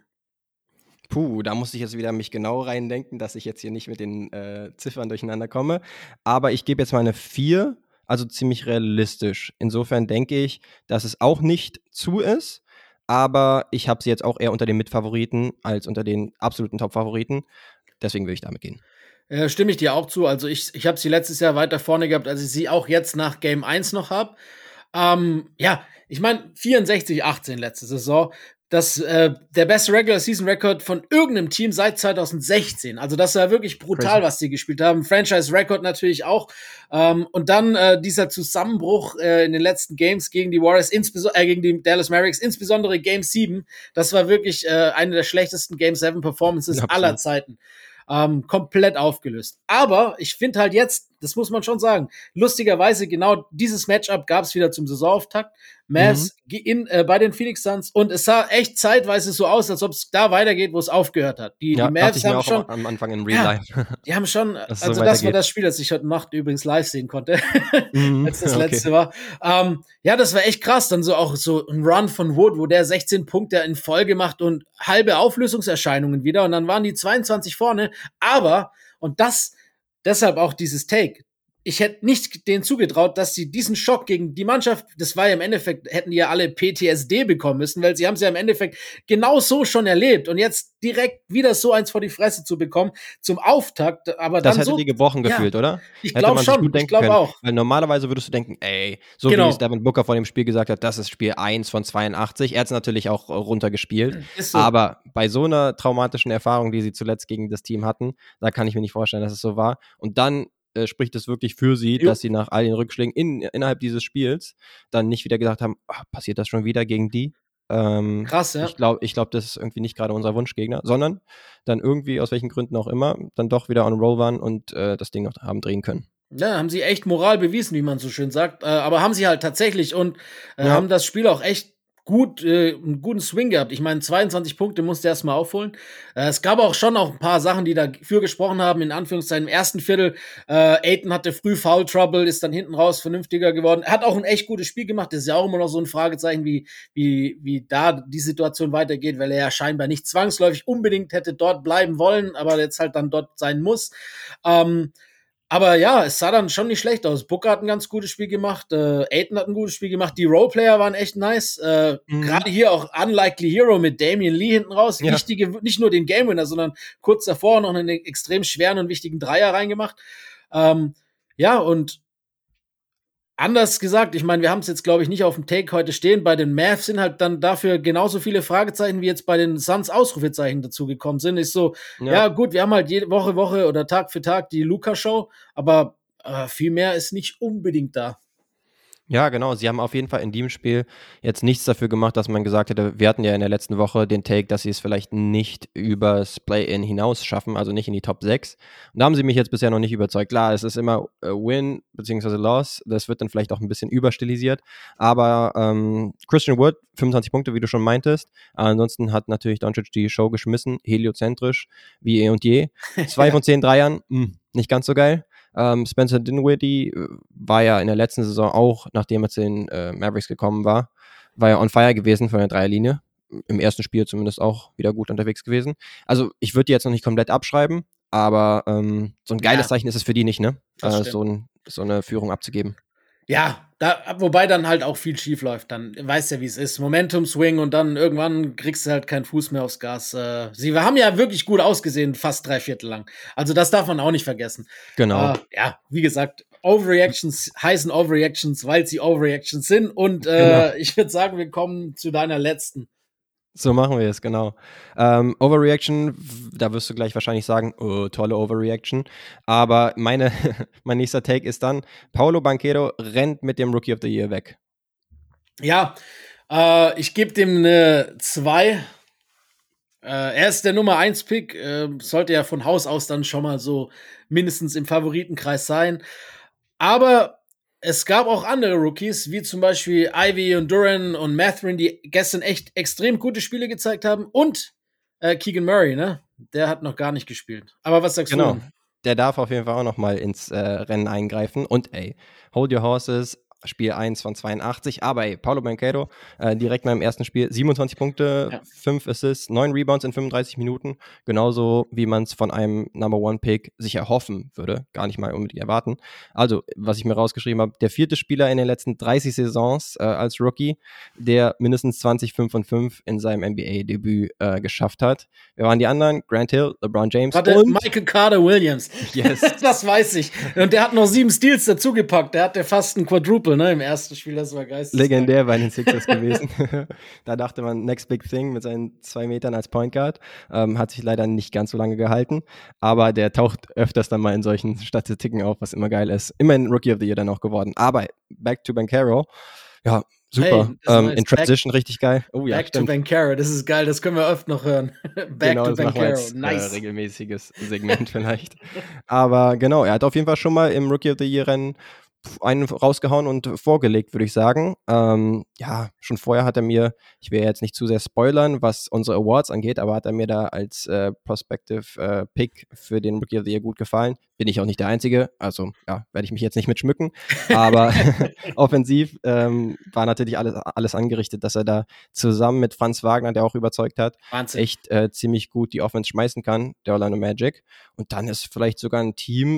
Puh, da muss ich jetzt wieder mich genau reindenken, dass ich jetzt hier nicht mit den Ziffern durcheinander komme. Aber ich gebe jetzt mal eine 4, also ziemlich realistisch. Insofern denke ich, dass es auch nicht zu ist, aber ich habe sie jetzt auch eher unter den Mitfavoriten als unter den absoluten Top-Favoriten. Deswegen würde ich damit gehen. Stimme ich dir auch zu. Also ich habe sie letztes Jahr weiter vorne gehabt, als ich sie auch jetzt nach Game 1 noch habe. Ja, ich meine 64-18 letzte Saison. Das der beste Regular Season Record von irgendeinem Team seit 2016. Also das war wirklich brutal, Crazy. was sie gespielt haben. Franchise Record natürlich auch. Und dann dieser Zusammenbruch in den letzten Games gegen die Warriors, gegen die Dallas Mavericks, insbesondere Game 7. Das war wirklich eine der schlechtesten Game 7 Performances aller Zeiten. Komplett aufgelöst. Aber ich finde halt jetzt, das muss man schon sagen, lustigerweise genau dieses Matchup gab es wieder zum Saisonauftakt. Mavs bei den Phoenix Suns und es sah echt zeitweise so aus, als ob es da weitergeht, wo es aufgehört hat. Die Mavs haben schon am Anfang in Real Life. Die haben schon, also das war das Spiel, das ich heute Nacht übrigens live sehen konnte, als das letzte war. Ja, das war echt krass. Dann so auch so ein Run von Wood, wo der 16 Punkte in Folge macht und halbe Auflösungserscheinungen wieder und dann waren die 22 vorne. Aber, und deshalb auch dieses Take, ich hätte nicht denen zugetraut, dass sie diesen Schock gegen die Mannschaft, das war ja im Endeffekt, hätten die ja alle PTSD bekommen müssen, weil sie haben es ja im Endeffekt genau so schon erlebt und jetzt direkt wieder so eins vor die Fresse zu bekommen zum Auftakt, aber das dann hätte die gebrochen gefühlt, oder? Ich glaube schon, ich glaube auch. Weil normalerweise würdest du denken, so wie es Devin Booker vor dem Spiel gesagt hat, das ist Spiel 1 von 82, er hat es natürlich auch runtergespielt, so. Aber bei so einer traumatischen Erfahrung, die sie zuletzt gegen das Team hatten, da kann ich mir nicht vorstellen, dass es so war und dann spricht es wirklich für sie, dass sie nach all den Rückschlägen innerhalb dieses Spiels dann nicht wieder gesagt haben, passiert das schon wieder gegen die? Krass, ja. Ich glaube, das ist irgendwie nicht gerade unser Wunschgegner, sondern dann irgendwie, aus welchen Gründen auch immer, dann doch wieder on roll waren und das Ding noch haben drehen können. Ja, haben sie echt Moral bewiesen, wie man so schön sagt. Aber haben sie halt tatsächlich und haben das Spiel auch echt einen guten Swing gehabt. Ich meine, 22 Punkte musste er erstmal aufholen. Es gab auch schon ein paar Sachen, die dafür gesprochen haben, in Anführungszeichen im ersten Viertel. Ayton hatte früh Foul Trouble, ist dann hinten raus vernünftiger geworden. Er hat auch ein echt gutes Spiel gemacht. Das ist ja auch immer noch so ein Fragezeichen, wie da die Situation weitergeht, weil er ja scheinbar nicht zwangsläufig unbedingt hätte dort bleiben wollen, aber jetzt halt dann dort sein muss. Aber ja, es sah dann schon nicht schlecht aus. Booker hat ein ganz gutes Spiel gemacht, Ayton hat ein gutes Spiel gemacht, die Roleplayer waren echt nice. Gerade hier auch Unlikely Hero mit Damian Lee hinten raus. Wichtige, nicht nur den Game Winner, sondern kurz davor noch einen extrem schweren und wichtigen Dreier reingemacht. Ja, und anders gesagt, ich meine, wir haben es jetzt, glaube ich, nicht auf dem Take heute stehen. Bei den Mavs sind halt dann dafür genauso viele Fragezeichen, wie jetzt bei den Suns Ausrufezeichen dazugekommen sind. Ist so, ja gut, wir haben halt jede Woche oder Tag für Tag die Luka-Show, aber viel mehr ist nicht unbedingt da. Ja, genau. Sie haben auf jeden Fall in dem Spiel jetzt nichts dafür gemacht, dass man gesagt hätte, wir hatten ja in der letzten Woche den Take, dass sie es vielleicht nicht übers Play-In hinaus schaffen, also nicht in die Top 6. Und da haben sie mich jetzt bisher noch nicht überzeugt. Klar, es ist immer Win bzw. Loss. Das wird dann vielleicht auch ein bisschen überstilisiert. Aber Christian Wood, 25 Punkte, wie du schon meintest. Ansonsten hat natürlich Doncic die Show geschmissen, heliozentrisch, wie eh und je. 2 von 10 Dreiern, nicht ganz so geil. Spencer Dinwiddie war ja in der letzten Saison auch, nachdem er zu den Mavericks gekommen war ja on fire gewesen von der Dreierlinie. Im ersten Spiel zumindest auch wieder gut unterwegs gewesen. Also ich würde die jetzt noch nicht komplett abschreiben, aber so ein geiles Zeichen ist es für die nicht, ne? So eine Führung abzugeben. Ja, wobei dann halt auch viel schief läuft. Dann weißt ja, wie es ist. Momentum-Swing und dann irgendwann kriegst du halt keinen Fuß mehr aufs Gas. Sie haben ja wirklich gut ausgesehen, fast 3/4 lang. Also das darf man auch nicht vergessen. Genau. Ja, wie gesagt, Overreactions heißen Overreactions, weil sie Overreactions sind. Und Genau. ich würde sagen, wir kommen zu deiner letzten. So machen wir es, genau. Overreaction, da wirst du gleich wahrscheinlich sagen, oh, tolle Overreaction. Aber mein nächster Take ist dann, Paolo Banchero rennt mit dem Rookie of the Year weg. Ja, ich gebe dem eine 2. Er ist der Nummer 1 Pick, sollte ja von Haus aus dann schon mal so mindestens im Favoritenkreis sein. Aber es gab auch andere Rookies, wie zum Beispiel Ivy und Duran und Mathurin, die gestern echt extrem gute Spiele gezeigt haben. Und Keegan Murray, ne? Der hat noch gar nicht gespielt. Aber was sagst du? Genau, der darf auf jeden Fall auch noch mal ins Rennen eingreifen. Und hold your horses, Spiel 1 von 82. Aber Paolo Banchero direkt mal im ersten Spiel 27 Punkte, 5 Assists, 9 Rebounds in 35 Minuten. Genauso wie man es von einem Number-One-Pick sich erhoffen würde. Gar nicht mal unbedingt erwarten. Also, was ich mir rausgeschrieben habe, der 4. Spieler in den letzten 30 Saisons als Rookie, der mindestens 20, 5 und 5 in seinem NBA-Debüt geschafft hat. Wer waren die anderen? Grant Hill, LeBron James und Michael Carter-Williams. Yes. Das weiß ich. Und der hat noch 7 Steals dazugepackt. Der hatte fast ein Quadruple, ne, im ersten Spiel. Das war geisteskrank. Legendär bei den Sixers gewesen. Da dachte man, next big thing mit seinen 2 Metern als Point Guard. Hat sich leider nicht ganz so lange gehalten. Aber der taucht öfters dann mal in solchen Statistiken auf, was immer geil ist. Immerhin Rookie of the Year dann auch geworden. Aber back to Banchero. Ja, super. Hey, in Transition richtig geil. Oh ja, back to Banchero, das ist geil. Das können wir oft noch hören. Back to Banchero. Nice. Regelmäßiges Segment vielleicht. Aber genau, er hat auf jeden Fall schon mal im Rookie of the Year Rennen einen rausgehauen und vorgelegt, würde ich sagen. Ja, schon vorher hat er mir, ich will jetzt nicht zu sehr spoilern, was unsere Awards angeht, aber hat er mir da als Prospective Pick für den Rookie of the Year gut gefallen. Bin ich auch nicht der Einzige, also ja, werde ich mich jetzt nicht mitschmücken, aber offensiv war natürlich alles angerichtet, dass er da zusammen mit Franz Wagner, der auch überzeugt hat, Wahnsinn. Echt ziemlich gut die Offense schmeißen kann, der Orlando Magic. Und dann ist vielleicht sogar ein Team,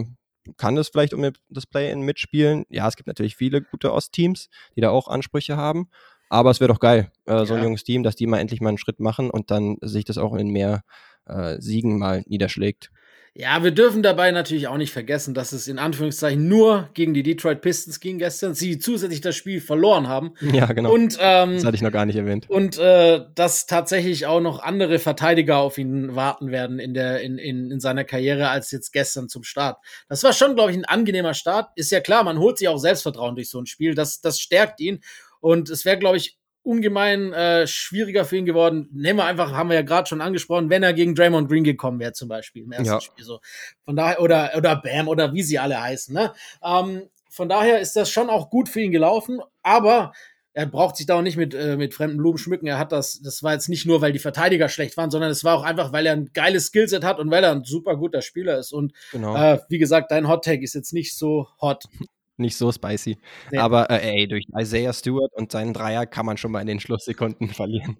kann das vielleicht um das Play-In mitspielen? Ja, es gibt natürlich viele gute Ostteams, die da auch Ansprüche haben, aber es wäre doch geil, so ein junges Team, dass die mal endlich mal einen Schritt machen und dann sich das auch in mehr Siegen mal niederschlägt. Ja, wir dürfen dabei natürlich auch nicht vergessen, dass es in Anführungszeichen nur gegen die Detroit Pistons ging gestern, sie zusätzlich das Spiel verloren haben. Ja, genau. Und, das hatte ich noch gar nicht erwähnt. Und dass tatsächlich auch noch andere Verteidiger auf ihn warten werden in seiner Karriere als jetzt gestern zum Start. Das war schon, glaube ich, ein angenehmer Start. Ist ja klar, man holt sich auch Selbstvertrauen durch so ein Spiel. Das stärkt ihn. Und es wäre, glaube ich, ungemein schwieriger für ihn geworden. Nehmen wir einfach, haben wir ja gerade schon angesprochen, wenn er gegen Draymond Green gekommen wäre zum Beispiel im ersten Spiel. So. Von daher, oder Bam oder wie sie alle heißen. Ne? Von daher ist das schon auch gut für ihn gelaufen, aber er braucht sich da auch nicht mit fremden Blumen schmücken. Er hat das war jetzt nicht nur, weil die Verteidiger schlecht waren, sondern es war auch einfach, weil er ein geiles Skillset hat und weil er ein super guter Spieler ist. Und wie gesagt, dein Hot Take ist jetzt nicht so hot. Nicht so spicy. Nee. Aber durch Isaiah Stewart und seinen Dreier kann man schon mal in den Schlusssekunden verlieren.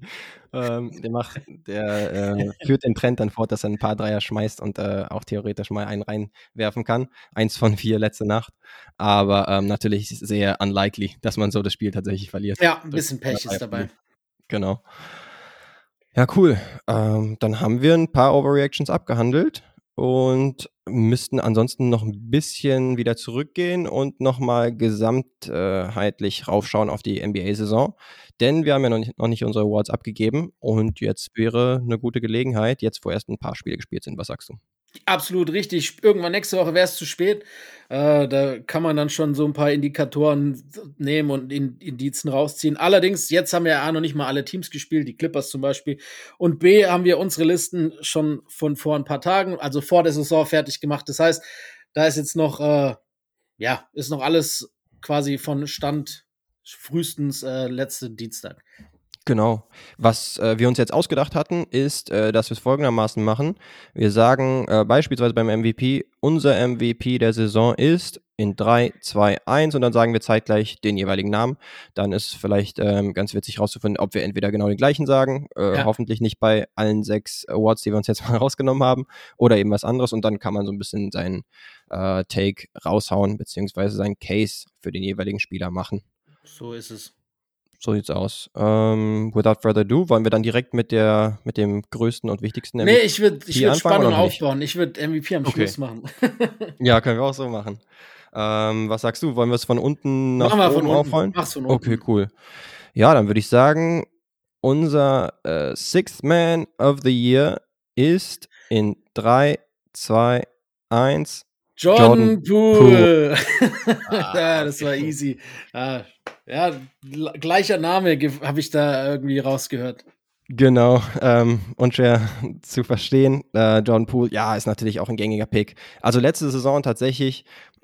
Der führt den Trend dann fort, dass er ein paar Dreier schmeißt und auch theoretisch mal einen reinwerfen kann. 1 von 4 letzte Nacht. Aber natürlich sehr unlikely, dass man so das Spiel tatsächlich verliert. Ja, ein bisschen Pech ist dabei. Genau. Ja, cool. Dann haben wir ein paar Overreactions abgehandelt. Und müssten ansonsten noch ein bisschen wieder zurückgehen und nochmal gesamtheitlich raufschauen auf die NBA-Saison. Denn wir haben ja noch nicht unsere Awards abgegeben und jetzt wäre eine gute Gelegenheit, jetzt wo erst ein paar Spiele gespielt sind. Was sagst du? Absolut richtig. Irgendwann nächste Woche wäre es zu spät. Da kann man dann schon so ein paar Indikatoren nehmen und Indizen rausziehen. Allerdings, jetzt haben wir ja noch nicht mal alle Teams gespielt, die Clippers zum Beispiel. Und B, haben wir unsere Listen schon von vor ein paar Tagen, also vor der Saison, fertig gemacht. Das heißt, da ist jetzt noch, ist noch alles quasi von Stand frühestens letzten Dienstag. Genau. Was wir uns jetzt ausgedacht hatten, ist, dass wir es folgendermaßen machen. Wir sagen beispielsweise beim MVP, unser MVP der Saison ist in 3, 2, 1 und dann sagen wir zeitgleich den jeweiligen Namen. Dann ist vielleicht ganz witzig rauszufinden, ob wir entweder genau den gleichen sagen, hoffentlich nicht bei allen 6 Awards, die wir uns jetzt mal rausgenommen haben, oder eben was anderes und dann kann man so ein bisschen seinen Take raushauen, beziehungsweise seinen Case für den jeweiligen Spieler machen. So ist es. So sieht's aus. Without further ado, wollen wir dann direkt mit dem größten und wichtigsten MVP ich würd Spannung aufbauen. Ich würde MVP am Schluss machen. Ja, können wir auch so machen. Was sagst du? Wollen wir es von unten nach Machen wir von oben unten. aufrollen? Mach's von unten. Okay, cool. Ja, dann würde ich sagen, unser Sixth Man of the Year ist in 3, 2, 1 Jordan Poole. Ja, das okay. war easy. Ja, gleicher Name habe ich da irgendwie rausgehört. Genau, unschwer zu verstehen. Jordan Poole, ja, ist natürlich auch ein gängiger Pick. Also letzte Saison tatsächlich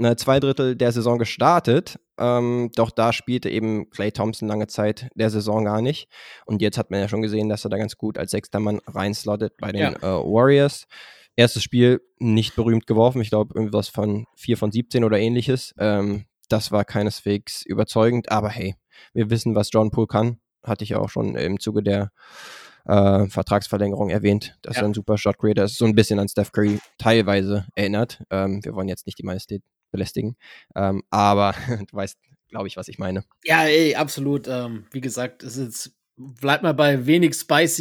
2/3 der Saison gestartet, doch da spielte eben Klay Thompson lange Zeit der Saison gar nicht. Und jetzt hat man ja schon gesehen, dass er da ganz gut als sechster Mann reinslottet bei den Warriors. Erstes Spiel nicht berühmt geworfen, ich glaube irgendwas von 4 von 17 oder ähnliches. Das war keineswegs überzeugend, aber hey, wir wissen, was Jordan Poole kann. Hatte ich auch schon im Zuge der Vertragsverlängerung erwähnt, dass er ein super Shot-Creator ist, so ein bisschen an Steph Curry teilweise erinnert. Wir wollen jetzt nicht die Majestät belästigen, aber du weißt, glaube ich, was ich meine. Ja, absolut. Wie gesagt, es ist bleibt mal bei wenig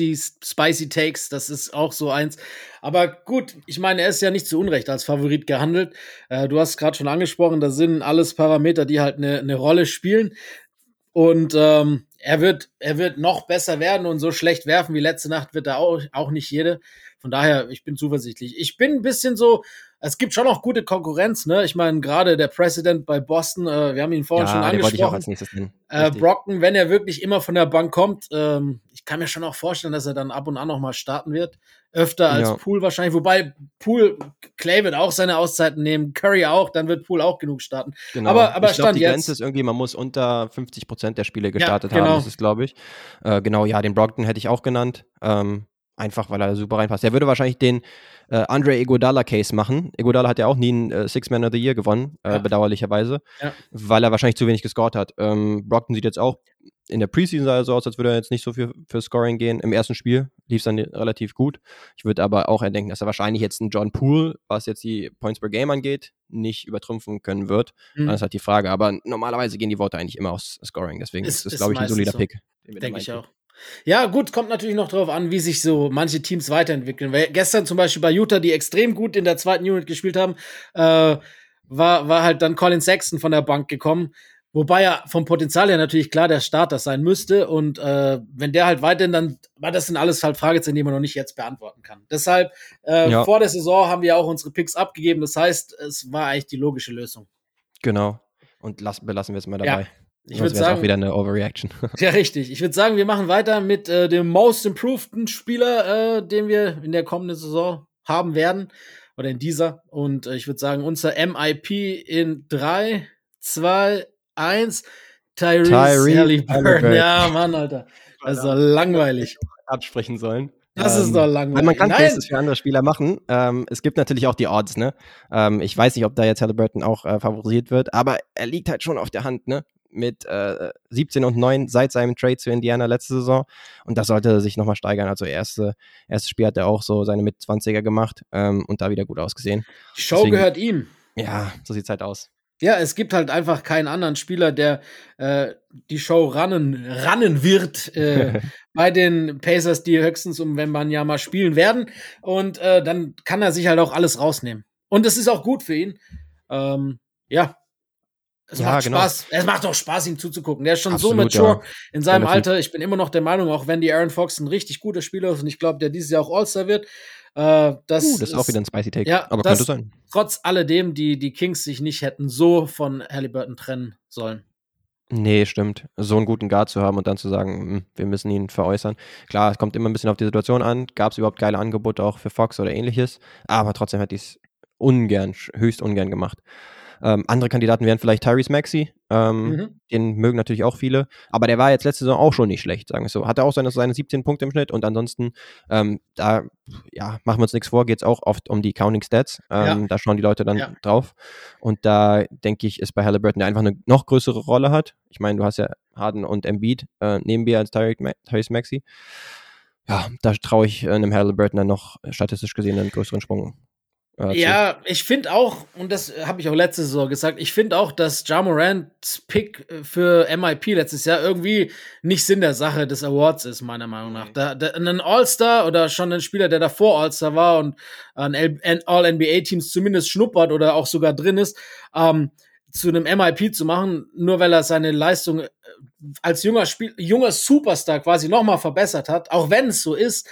spicy Takes, das ist auch so eins. Aber gut, ich meine, er ist ja nicht zu Unrecht als Favorit gehandelt. Du hast gerade schon angesprochen, da sind alles Parameter, die halt eine Rolle spielen. Und er wird noch besser werden und so schlecht werfen wie letzte Nacht wird er auch nicht jede. Von daher, ich bin zuversichtlich. Ich bin ein bisschen so, es gibt schon noch gute Konkurrenz, ne? Ich meine, gerade der President bei Boston, wir haben ihn vorhin schon angesprochen. Wollte ich auch als nächstes nennen. Brockton, wenn er wirklich immer von der Bank kommt, ich kann mir schon auch vorstellen, dass er dann ab und an noch mal starten wird. Öfter als Poole wahrscheinlich. Wobei Poole, Klay wird auch seine Auszeiten nehmen, Curry auch, dann wird Poole auch genug starten. Genau. Aber ich glaube, die Grenze ist irgendwie, man muss unter 50% der Spiele gestartet haben. Das ist, glaube ich. Genau, ja, den Brockton hätte ich auch genannt. Einfach, weil er super reinpasst. Er würde wahrscheinlich den Andre Iguodala-Case machen. Iguodala hat ja auch nie einen Six-Man of the Year gewonnen, bedauerlicherweise, weil er wahrscheinlich zu wenig gescored hat. Brockton sieht jetzt auch in der Preseason so aus, als würde er jetzt nicht so für Scoring gehen. Im ersten Spiel lief es dann relativ gut. Ich würde aber auch denken, dass er wahrscheinlich jetzt einen John Poole, was jetzt die Points per Game angeht, nicht übertrumpfen können wird. Das ist halt die Frage. Aber normalerweise gehen die Worte eigentlich immer aus Scoring. Deswegen ist das, glaube ich, ein solider Pick. Denke ich auch. Ja, gut, kommt natürlich noch darauf an, wie sich so manche Teams weiterentwickeln. Weil gestern zum Beispiel bei Utah, die extrem gut in der zweiten Unit gespielt haben, war halt dann Colin Sexton von der Bank gekommen. Wobei ja vom Potenzial her natürlich klar der Starter sein müsste. Und wenn der halt weiterhin, dann war das sind alles halt Fragezeichen, die man noch nicht jetzt beantworten kann. Deshalb, vor der Saison haben wir auch unsere Picks abgegeben. Das heißt, es war eigentlich die logische Lösung. Genau. Und belassen wir es mal dabei. Ja. Ich würde sagen, auch wieder eine Overreaction. Ja, richtig. Ich würde sagen, wir machen weiter mit dem Most Improved Spieler, den wir in der kommenden Saison haben werden. Oder in dieser. Und ich würde sagen, unser MIP in 3, 2, 1. Tyrese Haliburton. Ja, Mann, Alter. Das ist doch langweilig. Absprechen sollen. Das ist doch langweilig. Weil man kann Cases für andere Spieler machen. Es gibt natürlich auch die Odds, ne? Ich weiß nicht, ob da jetzt Haliburton auch favorisiert wird, aber er liegt halt schon auf der Hand, ne? Mit 17 und 9 seit seinem Trade zu Indiana letzte Saison. Und das sollte sich nochmal steigern. Also erstes Spiel hat er auch so seine Mit-20er gemacht und da wieder gut ausgesehen. Die Show gehört ihm. Ja, so sieht's halt aus. Ja, es gibt halt einfach keinen anderen Spieler, der die Show rannen wird bei den Pacers, die höchstens um Wembanyama spielen werden. Und dann kann er sich halt auch alles rausnehmen. Und es ist auch gut für ihn. Es macht Spaß. Es macht auch Spaß, ihm zuzugucken. Der ist schon so mature in seinem Alter. Ich bin immer noch der Meinung, auch wenn die Aaron Fox ein richtig guter Spieler ist und ich glaube, der dieses Jahr auch All-Star wird, das ist auch wieder ein spicy Take. Ja, aber könnte sein. Trotz alledem, die Kings sich nicht hätten so von Haliburton trennen sollen. Nee, stimmt. So einen guten Guard zu haben und dann zu sagen, wir müssen ihn veräußern. Klar, es kommt immer ein bisschen auf die Situation an. Gab es überhaupt geile Angebote auch für Fox oder ähnliches? Aber trotzdem hätte ich es höchst ungern gemacht. Andere Kandidaten wären vielleicht Tyrese Maxey. Den mögen natürlich auch viele. Aber der war jetzt letzte Saison auch schon nicht schlecht, sagen wir so. Hatte auch seine 17 Punkte im Schnitt und ansonsten, machen wir uns nichts vor, geht es auch oft um die Counting Stats. Da schauen die Leute dann drauf. Und da denke ich, ist bei Haliburton, der einfach eine noch größere Rolle hat. Ich meine, du hast ja Harden und Embiid neben dir als Tyrese Maxey. Ja, da traue ich einem Haliburton dann noch statistisch gesehen einen größeren Sprung. Ja, ich finde auch, und das habe ich auch letzte Saison gesagt, ich finde auch, dass Ja Morants Pick für MIP letztes Jahr irgendwie nicht Sinn der Sache des Awards ist, meiner Meinung nach. Ein All-Star oder schon ein Spieler, der davor All-Star war und an All-NBA-Teams zumindest schnuppert oder auch sogar drin ist, zu einem MIP zu machen, nur weil er seine Leistung als junger Superstar quasi nochmal verbessert hat, auch wenn es so ist,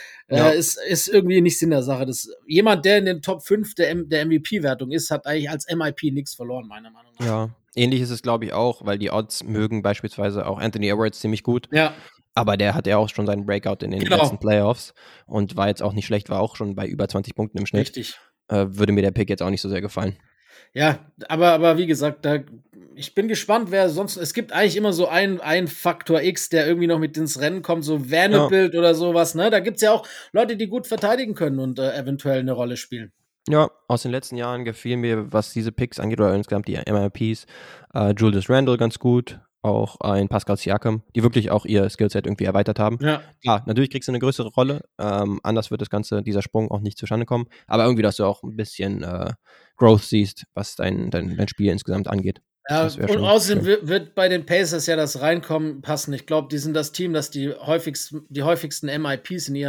ist irgendwie nicht Sinn der Sache. Jemand, der in den Top 5 der MVP-Wertung ist, hat eigentlich als MIP nichts verloren, meiner Meinung nach. Ja, ähnlich ist es, glaube ich, auch, weil die Odds mögen beispielsweise auch Anthony Edwards ziemlich gut. Ja. Aber der hat ja auch schon seinen Breakout in den letzten Playoffs und war jetzt auch nicht schlecht, war auch schon bei über 20 Punkten im Schnitt. Richtig. Würde mir der Pick jetzt auch nicht so sehr gefallen. Ja, aber wie gesagt, ich bin gespannt, wer sonst. Es gibt eigentlich immer so ein Faktor X, der irgendwie noch mit ins Rennen kommt, so Vanderbilt oder sowas, ne? Da gibt es ja auch Leute, die gut verteidigen können und eventuell eine Rolle spielen. Ja, aus den letzten Jahren gefiel mir, was diese Picks angeht, oder insgesamt die MIPs, Julius Randle ganz gut, auch ein Pascal Siakam, die wirklich auch ihr Skillset irgendwie erweitert haben. Ja. Klar, natürlich kriegst du eine größere Rolle, anders wird dieser Sprung auch nicht zustande kommen, aber irgendwie, dass du auch ein bisschen Growth siehst, was dein Spiel insgesamt angeht. Ja, und außerdem wird bei den Pacers ja das Reinkommen passen. Ich glaube, die sind das Team, das die häufigsten MIPs in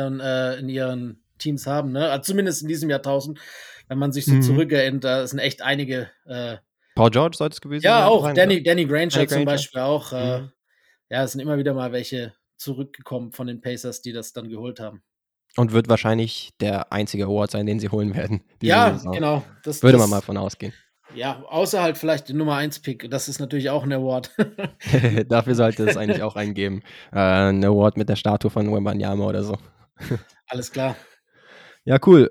ihren Teams haben, ne? Also zumindest in diesem Jahrtausend, wenn man sich so zurückerinnert, da sind echt einige. Paul George sollte es gewesen sein. Ja, auch Danny Granger zum Beispiel auch. Ja, es sind immer wieder mal welche zurückgekommen von den Pacers, die das dann geholt haben. Und wird wahrscheinlich der einzige Award sein, den sie holen werden. Ja, genau. Würde man mal von ausgehen. Ja, außer halt vielleicht den Nummer 1 Pick. Das ist natürlich auch ein Award. Dafür sollte es eigentlich auch eingeben. Ein Award mit der Statue von Wembanyama oder so. Alles klar. Ja, cool.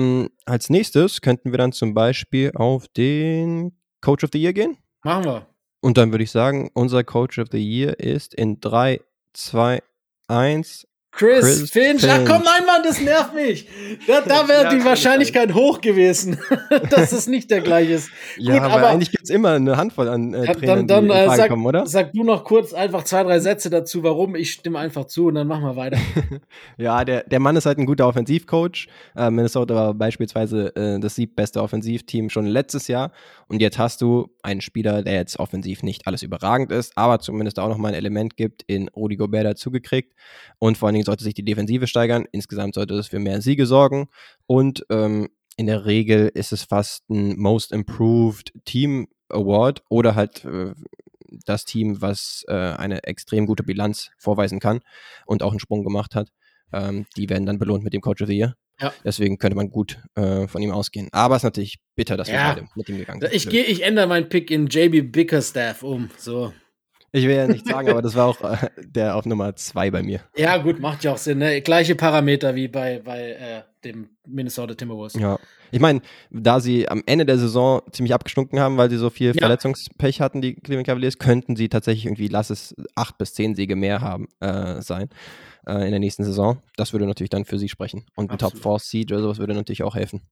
Als nächstes könnten wir dann zum Beispiel auf den Coach of the Year gehen. Machen wir. Und dann würde ich sagen, unser Coach of the Year ist in 3, 2, 1... Chris Finch. Ach komm, nein, Mann, das nervt mich. Da wäre die Wahrscheinlichkeit hoch gewesen, dass es nicht der gleiche ist. Ja, gut, aber eigentlich gibt es immer eine Handvoll an Trainern, die in Frage kommen, oder? Sag du noch kurz einfach 2, 3 Sätze dazu, warum. Ich stimme einfach zu und dann machen wir weiter. Ja, der Mann ist halt ein guter Offensivcoach. Minnesota war beispielsweise das 7. beste Offensivteam schon letztes Jahr. Und jetzt hast du einen Spieler, der jetzt offensiv nicht alles überragend ist, aber zumindest auch nochmal ein Element gibt, in Rudy Gobert dazugekriegt. Und vor allen Dingen sollte sich die Defensive steigern. Insgesamt sollte es für mehr Siege sorgen. Und in der Regel ist es fast ein Most Improved Team Award oder halt das Team, was eine extrem gute Bilanz vorweisen kann und auch einen Sprung gemacht hat. Die werden dann belohnt mit dem Coach of the Year. Ja. Deswegen könnte man gut von ihm ausgehen. Aber es ist natürlich bitter, dass wir beide mit ihm gegangen sind. Ich ändere meinen Pick in JB Bickerstaff um. So. Ich will ja nicht sagen, aber das war auch der auf Nummer 2 bei mir. Ja, gut, macht ja auch Sinn. Ne? Gleiche Parameter wie bei dem Minnesota Timberwolves. Ja, ich meine, da sie am Ende der Saison ziemlich abgestunken haben, weil sie so viel Verletzungspech hatten, die Cleveland Cavaliers, könnten sie tatsächlich irgendwie, lass es 8 bis 10 Siege mehr haben sein in der nächsten Saison. Das würde natürlich dann für sie sprechen. Und ein Top 4 Seed oder sowas würde natürlich auch helfen.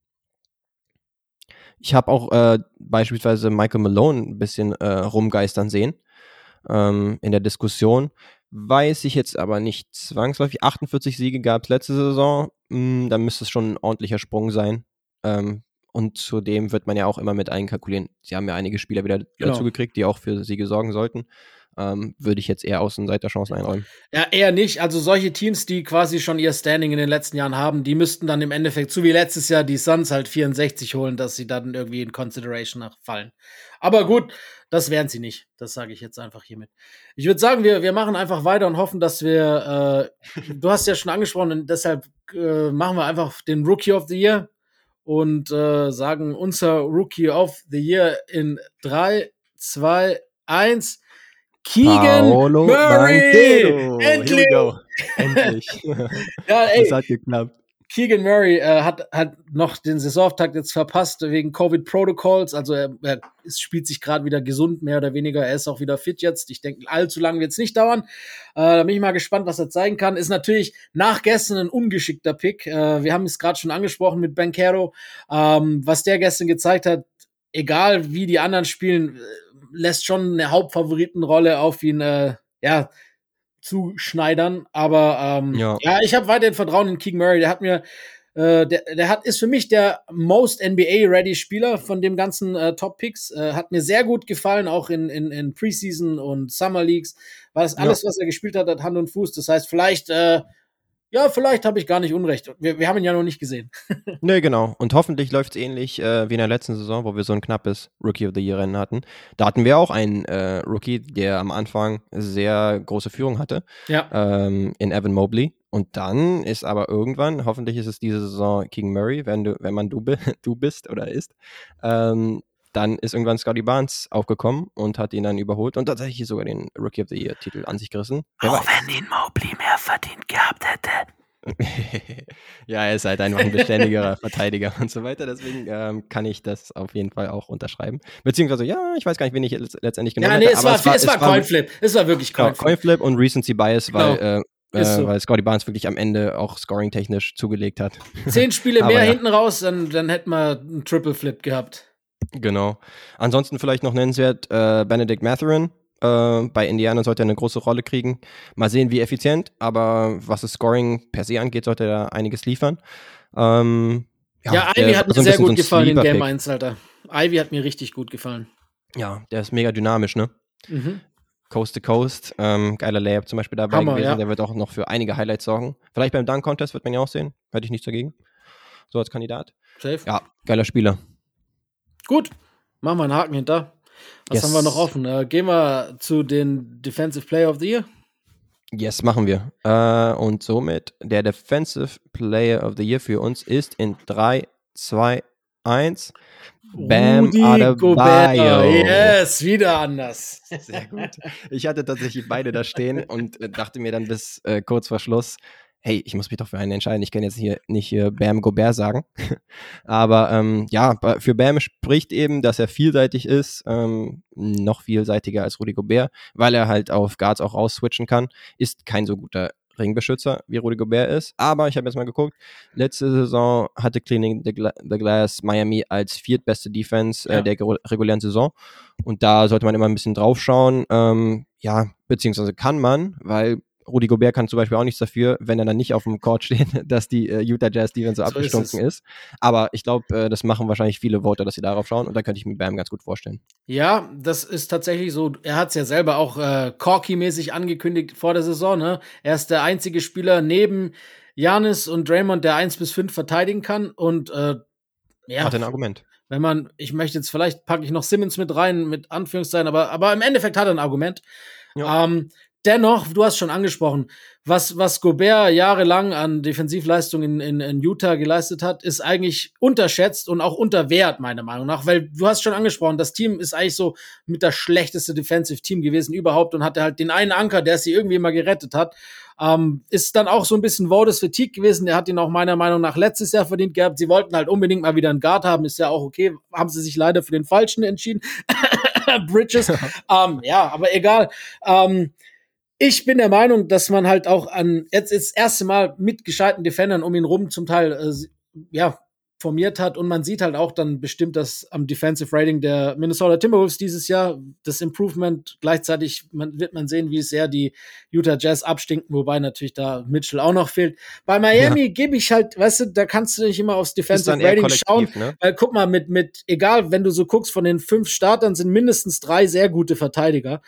Ich habe auch beispielsweise Michael Malone ein bisschen rumgeistern sehen in der Diskussion. Weiß ich jetzt aber nicht zwangsläufig. 48 Siege gab es letzte Saison. Da müsste es schon ein ordentlicher Sprung sein. Und zudem wird man ja auch immer mit einkalkulieren. Sie haben ja einige Spieler wieder dazu gekriegt, die auch für Siege sorgen sollten. Würde ich jetzt eher Außenseiterchancen einräumen. Ja, eher nicht. Also solche Teams, die quasi schon ihr Standing in den letzten Jahren haben, die müssten dann im Endeffekt, so wie letztes Jahr, die Suns halt 64 holen, dass sie dann irgendwie in Consideration fallen. Aber gut, das wären sie nicht. Das sage ich jetzt einfach hiermit. Ich würde sagen, wir machen einfach weiter und hoffen, dass wir, du hast ja schon angesprochen, und deshalb machen wir einfach den Rookie of the Year und sagen unser Rookie of the Year in 3, 2, 1. Keegan Murray! Endlich! Endlich. Ja, ey. Das hat geklappt. Keegan Murray hat noch den Saisonauftakt jetzt verpasst wegen Covid-Protocols. Also er spielt sich gerade wieder gesund, mehr oder weniger. Er ist auch wieder fit jetzt. Ich denke, allzu lange wird es nicht dauern. Da bin ich mal gespannt, was er zeigen kann. Ist natürlich nach gestern ein ungeschickter Pick. Wir haben es gerade schon angesprochen mit Banchero. Was der gestern gezeigt hat, egal wie die anderen spielen, lässt schon eine Hauptfavoritenrolle auf ihn zuschneidern. Aber ich habe weiterhin Vertrauen in Keegan Murray. Der hat mir ist für mich der most NBA-ready-Spieler von dem ganzen Top-Picks. Hat mir sehr gut gefallen, auch in Preseason und Summer Leagues. War das alles, was er gespielt hat, hat Hand und Fuß. Das heißt, vielleicht ja, vielleicht habe ich gar nicht Unrecht. Wir haben ihn ja noch nicht gesehen. Nee, genau. Und hoffentlich läuft es ähnlich wie in der letzten Saison, wo wir so ein knappes Rookie of the Year Rennen hatten. Da hatten wir auch einen Rookie, der am Anfang sehr große Führung hatte, Ja. in Evan Mobley. Und dann ist aber irgendwann, hoffentlich ist es diese Saison King Murray, wenn man du bist oder ist, dann ist irgendwann Scotty Barnes aufgekommen und hat ihn dann überholt und tatsächlich sogar den Rookie of the Year Titel an sich gerissen. Auch wenn ihn Mobley mehr verdient gehabt hätte. Ja, er ist halt einfach ein beständigerer Verteidiger und so weiter, deswegen kann ich das auf jeden Fall auch unterschreiben. Beziehungsweise, ja, ich weiß gar nicht, wen ich letztendlich genommen hätte. Es war Coinflip. Es war wirklich Coinflip. Coinflip und Recency Bias, Genau. weil Scotty Barnes wirklich am Ende auch scoring-technisch zugelegt hat. 10 Spiele mehr hinten raus, dann hätten wir einen Triple Flip gehabt. Genau. Ansonsten vielleicht noch nennenswert Benedict Mathurin. Bei Indiana sollte er eine große Rolle kriegen. Mal sehen, wie effizient, aber was das Scoring per se angeht, sollte er einiges liefern. Ivy hat mir sehr gut gefallen in Game 1, Alter. Ivy hat mir richtig gut gefallen. Ja, der ist mega dynamisch, ne? Mhm. Coast to Coast, geiler Layup zum Beispiel dabei gewesen. Ja. Der wird auch noch für einige Highlights sorgen. Vielleicht beim Dunk Contest wird man ja auch sehen. Hätte ich nichts dagegen. So als Kandidat. Safe. Ja, geiler Spieler. Gut, machen wir einen Haken hinter. Was haben wir noch offen? Gehen wir zu den Defensive Player of the Year? Yes, machen wir. Und somit der Defensive Player of the Year für uns ist in 3, 2, 1 Bam Adebayo. Yes, wieder anders. Sehr gut. Ich hatte tatsächlich beide da stehen und dachte mir dann bis kurz vor Schluss, hey, ich muss mich doch für einen entscheiden. Ich kann jetzt hier nicht Bam Gobert sagen. Aber für Bam spricht eben, dass er vielseitig ist, noch vielseitiger als Rudy Gobert, weil er halt auf Guards auch rausswitchen kann. Ist kein so guter Ringbeschützer, wie Rudy Gobert ist. Aber ich habe jetzt mal geguckt, letzte Saison hatte Cleaning the Glass Miami als viertbeste Defense der regulären Saison. Und da sollte man immer ein bisschen drauf schauen. Beziehungsweise kann man, weil Rudy Gobert kann zum Beispiel auch nichts dafür, wenn er dann nicht auf dem Court steht, dass die Utah Jazz Defense so abgestunken ist. Aber ich glaube, das machen wahrscheinlich viele Voter, dass sie darauf schauen. Und da könnte ich mir Bam ganz gut vorstellen. Ja, das ist tatsächlich so. Er hat es ja selber auch Corky-mäßig angekündigt vor der Saison. Ne? Er ist der einzige Spieler neben Giannis und Draymond, der 1-5 verteidigen kann. Und hat ein Argument. Vielleicht packe ich noch Simmons mit rein, mit Anführungszeichen, aber im Endeffekt hat er ein Argument. Ja. Dennoch, du hast schon angesprochen, was Gobert jahrelang an Defensivleistung in Utah geleistet hat, ist eigentlich unterschätzt und auch unter Wert, meiner Meinung nach, weil du hast schon angesprochen, das Team ist eigentlich so mit das schlechteste Defensive-Team gewesen überhaupt und hatte halt den einen Anker, der sie irgendwie mal gerettet hat. Ist dann auch so ein bisschen Votes Fatigue gewesen, der hat ihn auch meiner Meinung nach letztes Jahr verdient gehabt. Sie wollten halt unbedingt mal wieder einen Guard haben, ist ja auch okay, haben sie sich leider für den Falschen entschieden. Bridges. Aber egal. Ich bin der Meinung, dass man halt auch jetzt das erste Mal mit gescheiten Defendern um ihn rum zum Teil formiert hat und man sieht halt auch dann bestimmt, dass am Defensive Rating der Minnesota Timberwolves dieses Jahr das Improvement gleichzeitig wird man sehen, wie sehr die Utah Jazz abstinken, wobei natürlich da Mitchell auch noch fehlt. Bei Miami gebe ich halt, weißt du, da kannst du nicht immer aufs Defensive Rating schauen, ne? Weil guck mal, egal, wenn du so guckst, von den 5 Startern sind mindestens 3 sehr gute Verteidiger.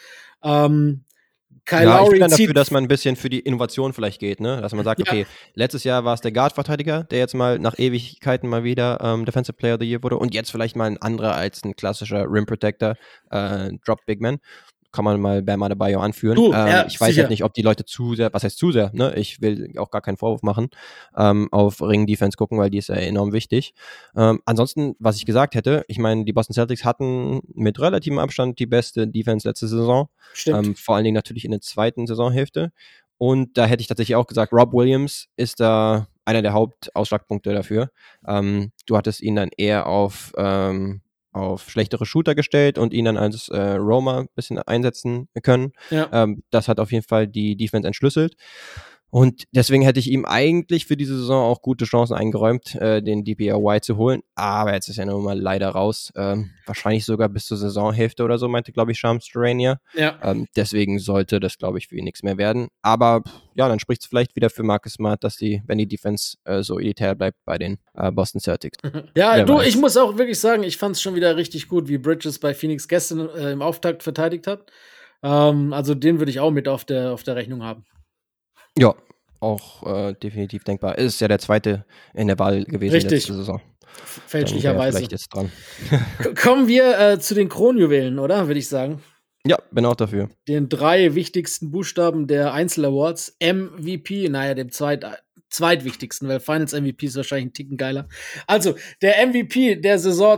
Kyle Lowry, ich bin dann dafür, dass man ein bisschen für die Innovation vielleicht geht, ne? Dass man sagt, okay, letztes Jahr war es der Guard-Verteidiger, der jetzt mal nach Ewigkeiten mal wieder Defensive Player of the Year wurde und jetzt vielleicht mal ein anderer als ein klassischer Rim Protector, Drop Big Man. Kann man mal Bam Adebayo anführen. Ich weiß halt nicht, ob die Leute was heißt zu sehr, ne? Ich will auch gar keinen Vorwurf machen, auf Ring-Defense gucken, weil die ist ja enorm wichtig. Ansonsten, was ich gesagt hätte, ich meine, die Boston Celtics hatten mit relativem Abstand die beste Defense letzte Saison. Stimmt. Vor allen Dingen natürlich in der zweiten Saisonhälfte. Und da hätte ich tatsächlich auch gesagt, Rob Williams ist da einer der Hauptausschlagpunkte dafür. Du hattest ihn dann eher auf schlechtere Shooter gestellt und ihn dann als Roamer ein bisschen einsetzen können. Ja. Das hat auf jeden Fall die Defense entschlüsselt. Und deswegen hätte ich ihm eigentlich für diese Saison auch gute Chancen eingeräumt, den DPOY zu holen. Aber jetzt ist er nun mal leider raus. Wahrscheinlich sogar bis zur Saisonhälfte oder so, meinte, glaube ich, Shams Charania. Ja. Deswegen sollte das, glaube ich, für ihn nichts mehr werden. Aber ja, dann spricht es vielleicht wieder für Marcus Smart, dass wenn die Defense so elitär bleibt bei den Boston Celtics. Ja, ich muss auch wirklich sagen, ich fand es schon wieder richtig gut, wie Bridges bei Phoenix gestern im Auftakt verteidigt hat. Also den würde ich auch mit auf der Rechnung haben. Ja, auch definitiv denkbar. Ist ja der zweite in der Wahl gewesen Richtig. letzte Saison. Fälschlicherweise. Vielleicht jetzt dran. Kommen wir zu den Kronjuwelen, oder? Würde ich sagen. Ja, bin auch dafür. Den 3 wichtigsten Buchstaben der Einzel-Awards. MVP, naja, dem zweitwichtigsten, weil Finals-MVP ist wahrscheinlich ein Ticken geiler. Also, der MVP der Saison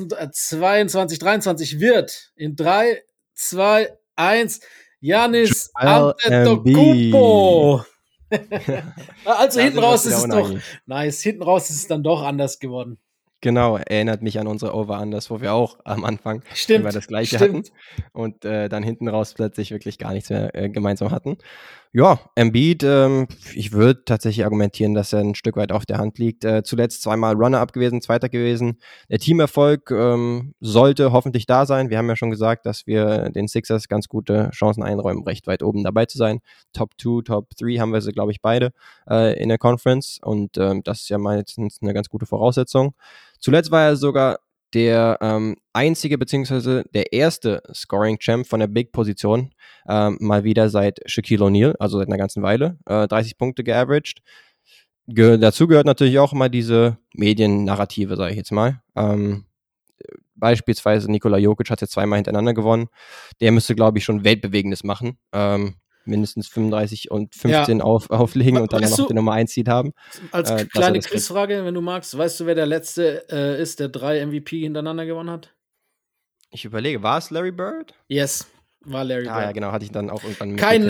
2022/23 wird in 3, 2, 1 Giannis Antetokounmpo. Also hinten raus ist es doch nice. Hinten raus ist es dann doch anders geworden. Genau, erinnert mich an unsere Over-Unders, wo wir auch am Anfang immer das Gleiche hatten und dann hinten raus plötzlich wirklich gar nichts mehr gemeinsam hatten. Ja, Embiid, ich würde tatsächlich argumentieren, dass er ein Stück weit auf der Hand liegt. Zuletzt zweimal Runner-up gewesen, Zweiter gewesen. Der Teamerfolg sollte hoffentlich da sein. Wir haben ja schon gesagt, dass wir den Sixers ganz gute Chancen einräumen, recht weit oben dabei zu sein. Top 2, Top 3 haben wir sie, glaube ich, beide in der Conference und das ist ja meistens eine ganz gute Voraussetzung. Zuletzt war er sogar der einzige beziehungsweise der erste Scoring-Champ von der Big-Position, mal wieder seit Shaquille O'Neal, also seit einer ganzen Weile, 30 Punkte geaveraged. Dazu gehört natürlich auch immer diese Mediennarrative, sage ich jetzt mal. Beispielsweise Nikola Jokic hat jetzt zweimal hintereinander gewonnen. Der müsste, glaube ich, schon Weltbewegendes machen. Mindestens 35 und 15 auflegen und dann noch den Nummer 1 Seed haben. Als kleine Quizfrage, wenn du magst, weißt du, wer der Letzte ist, der 3 MVP hintereinander gewonnen hat? Ich überlege, war es Larry Bird? Yes, war Larry Bird. Ja, genau, hatte ich dann auch irgendwann kein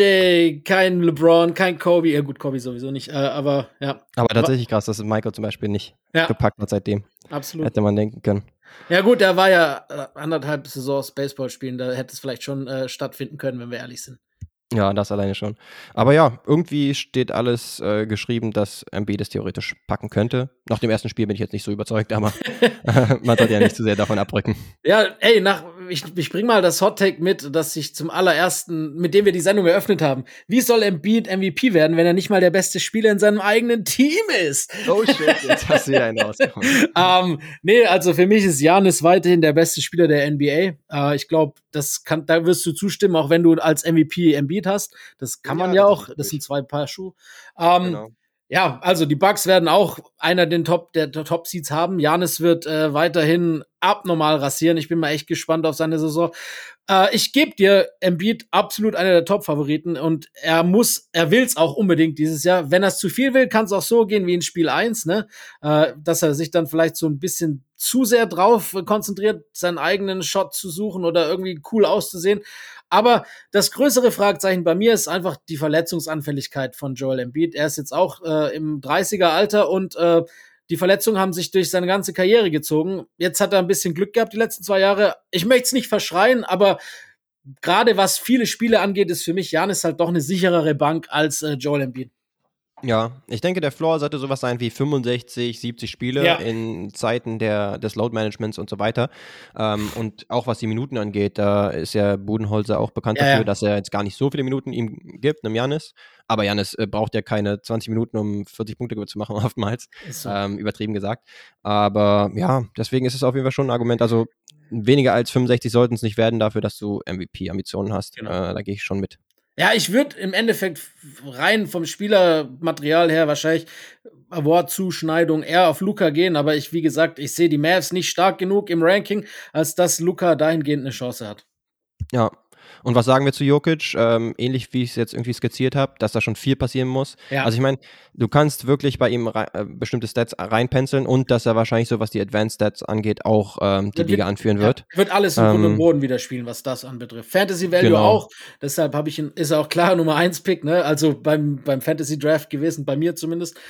MJ, kein LeBron, kein Kobe. Ja gut, Kobe sowieso nicht, aber ja. Aber tatsächlich krass, dass Michael zum Beispiel nicht gepackt hat seitdem. Absolut. Hätte man denken können. Ja gut, da war ja 1,5 Saisons Baseball spielen, da hätte es vielleicht schon stattfinden können, wenn wir ehrlich sind. Ja, das alleine schon. Aber ja, irgendwie steht alles geschrieben, dass Embiid es theoretisch packen könnte. Nach dem ersten Spiel bin ich jetzt nicht so überzeugt, aber man sollte ja nicht zu sehr davon abrücken. Ja, ey, ich bring mal das Hot Take mit, das ich zum allerersten, mit dem wir die Sendung eröffnet haben. Wie soll Embiid MVP werden, wenn er nicht mal der beste Spieler in seinem eigenen Team ist? Oh shit, jetzt hast du wieder einen rausgekommen. Nee, also für mich ist Giannis weiterhin der beste Spieler der NBA. Ich glaube, da wirst du zustimmen, auch wenn du als MVP Embiid hast. Das kann man ja auch. Das sind 2 Paar Schuhe. Genau. Ja, also die Bucks werden auch einer der Top-Seeds haben. Giannis wird weiterhin abnormal rasieren. Ich bin mal echt gespannt auf seine Saison. Ich gebe dir Embiid absolut einer der Top-Favoriten und er will's auch unbedingt dieses Jahr. Wenn er es zu viel will, kann es auch so gehen wie in Spiel 1, ne? Dass er sich dann vielleicht so ein bisschen zu sehr drauf konzentriert, seinen eigenen Shot zu suchen oder irgendwie cool auszusehen. Aber das größere Fragezeichen bei mir ist einfach die Verletzungsanfälligkeit von Joel Embiid. Er ist jetzt auch im 30er-Alter und die Verletzungen haben sich durch seine ganze Karriere gezogen. Jetzt hat er ein bisschen Glück gehabt die letzten 2 Jahre. Ich möchte es nicht verschreien, aber gerade was viele Spiele angeht, ist für mich Giannis halt doch eine sicherere Bank als Joel Embiid. Ja, ich denke, der Floor sollte sowas sein wie 65, 70 Spiele in Zeiten des Load-Managements und so weiter. Und auch was die Minuten angeht, da ist ja Budenholzer auch bekannt dafür, dass er jetzt gar nicht so viele Minuten ihm gibt, einem Giannis. Aber Giannis braucht ja keine 20 Minuten, um 40 Punkte zu machen, oftmals. So. Übertrieben gesagt. Aber ja, deswegen ist es auf jeden Fall schon ein Argument. Also weniger als 65 sollten es nicht werden dafür, dass du MVP-Ambitionen hast. Genau. Da gehe ich schon mit. Ja, ich würde im Endeffekt rein vom Spielermaterial her wahrscheinlich Award-Zuschneidung eher auf Luka gehen, aber wie gesagt, ich sehe die Mavs nicht stark genug im Ranking, als dass Luka dahingehend eine Chance hat. Ja. Und was sagen wir zu Jokic? Ähnlich wie ich es jetzt irgendwie skizziert habe, dass da schon viel passieren muss. Ja. Also ich meine, du kannst wirklich bei ihm bestimmte Stats reinpenseln und dass er wahrscheinlich so, was die Advanced Stats angeht, auch die Liga anführen wird. Wird alles im Grund und Boden wieder spielen, was das anbetrifft. Fantasy Value auch, deshalb ist er auch klar Nummer 1 Pick, ne? Also beim Fantasy Draft gewesen, bei mir zumindest.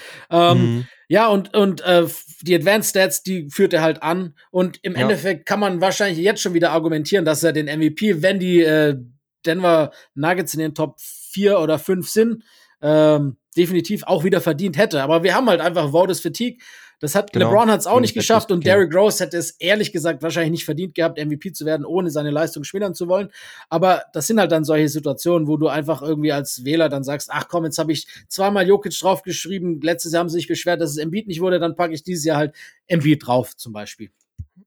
Ja, und die Advanced Stats, die führt er halt an. Und im Endeffekt kann man wahrscheinlich jetzt schon wieder argumentieren, dass er den MVP, wenn die Denver Nuggets in den Top 4 oder 5 sind, definitiv auch wieder verdient hätte. Aber wir haben halt einfach Voters Fatigue. LeBron hat es auch nicht geschafft und Derrick Rose hätte es ehrlich gesagt wahrscheinlich nicht verdient gehabt, MVP zu werden, ohne seine Leistung schmälern zu wollen. Aber das sind halt dann solche Situationen, wo du einfach irgendwie als Wähler dann sagst, ach komm, jetzt habe ich zweimal Jokic draufgeschrieben, letztes Jahr haben sie sich beschwert, dass es Embiid nicht wurde, dann packe ich dieses Jahr halt Embiid drauf zum Beispiel.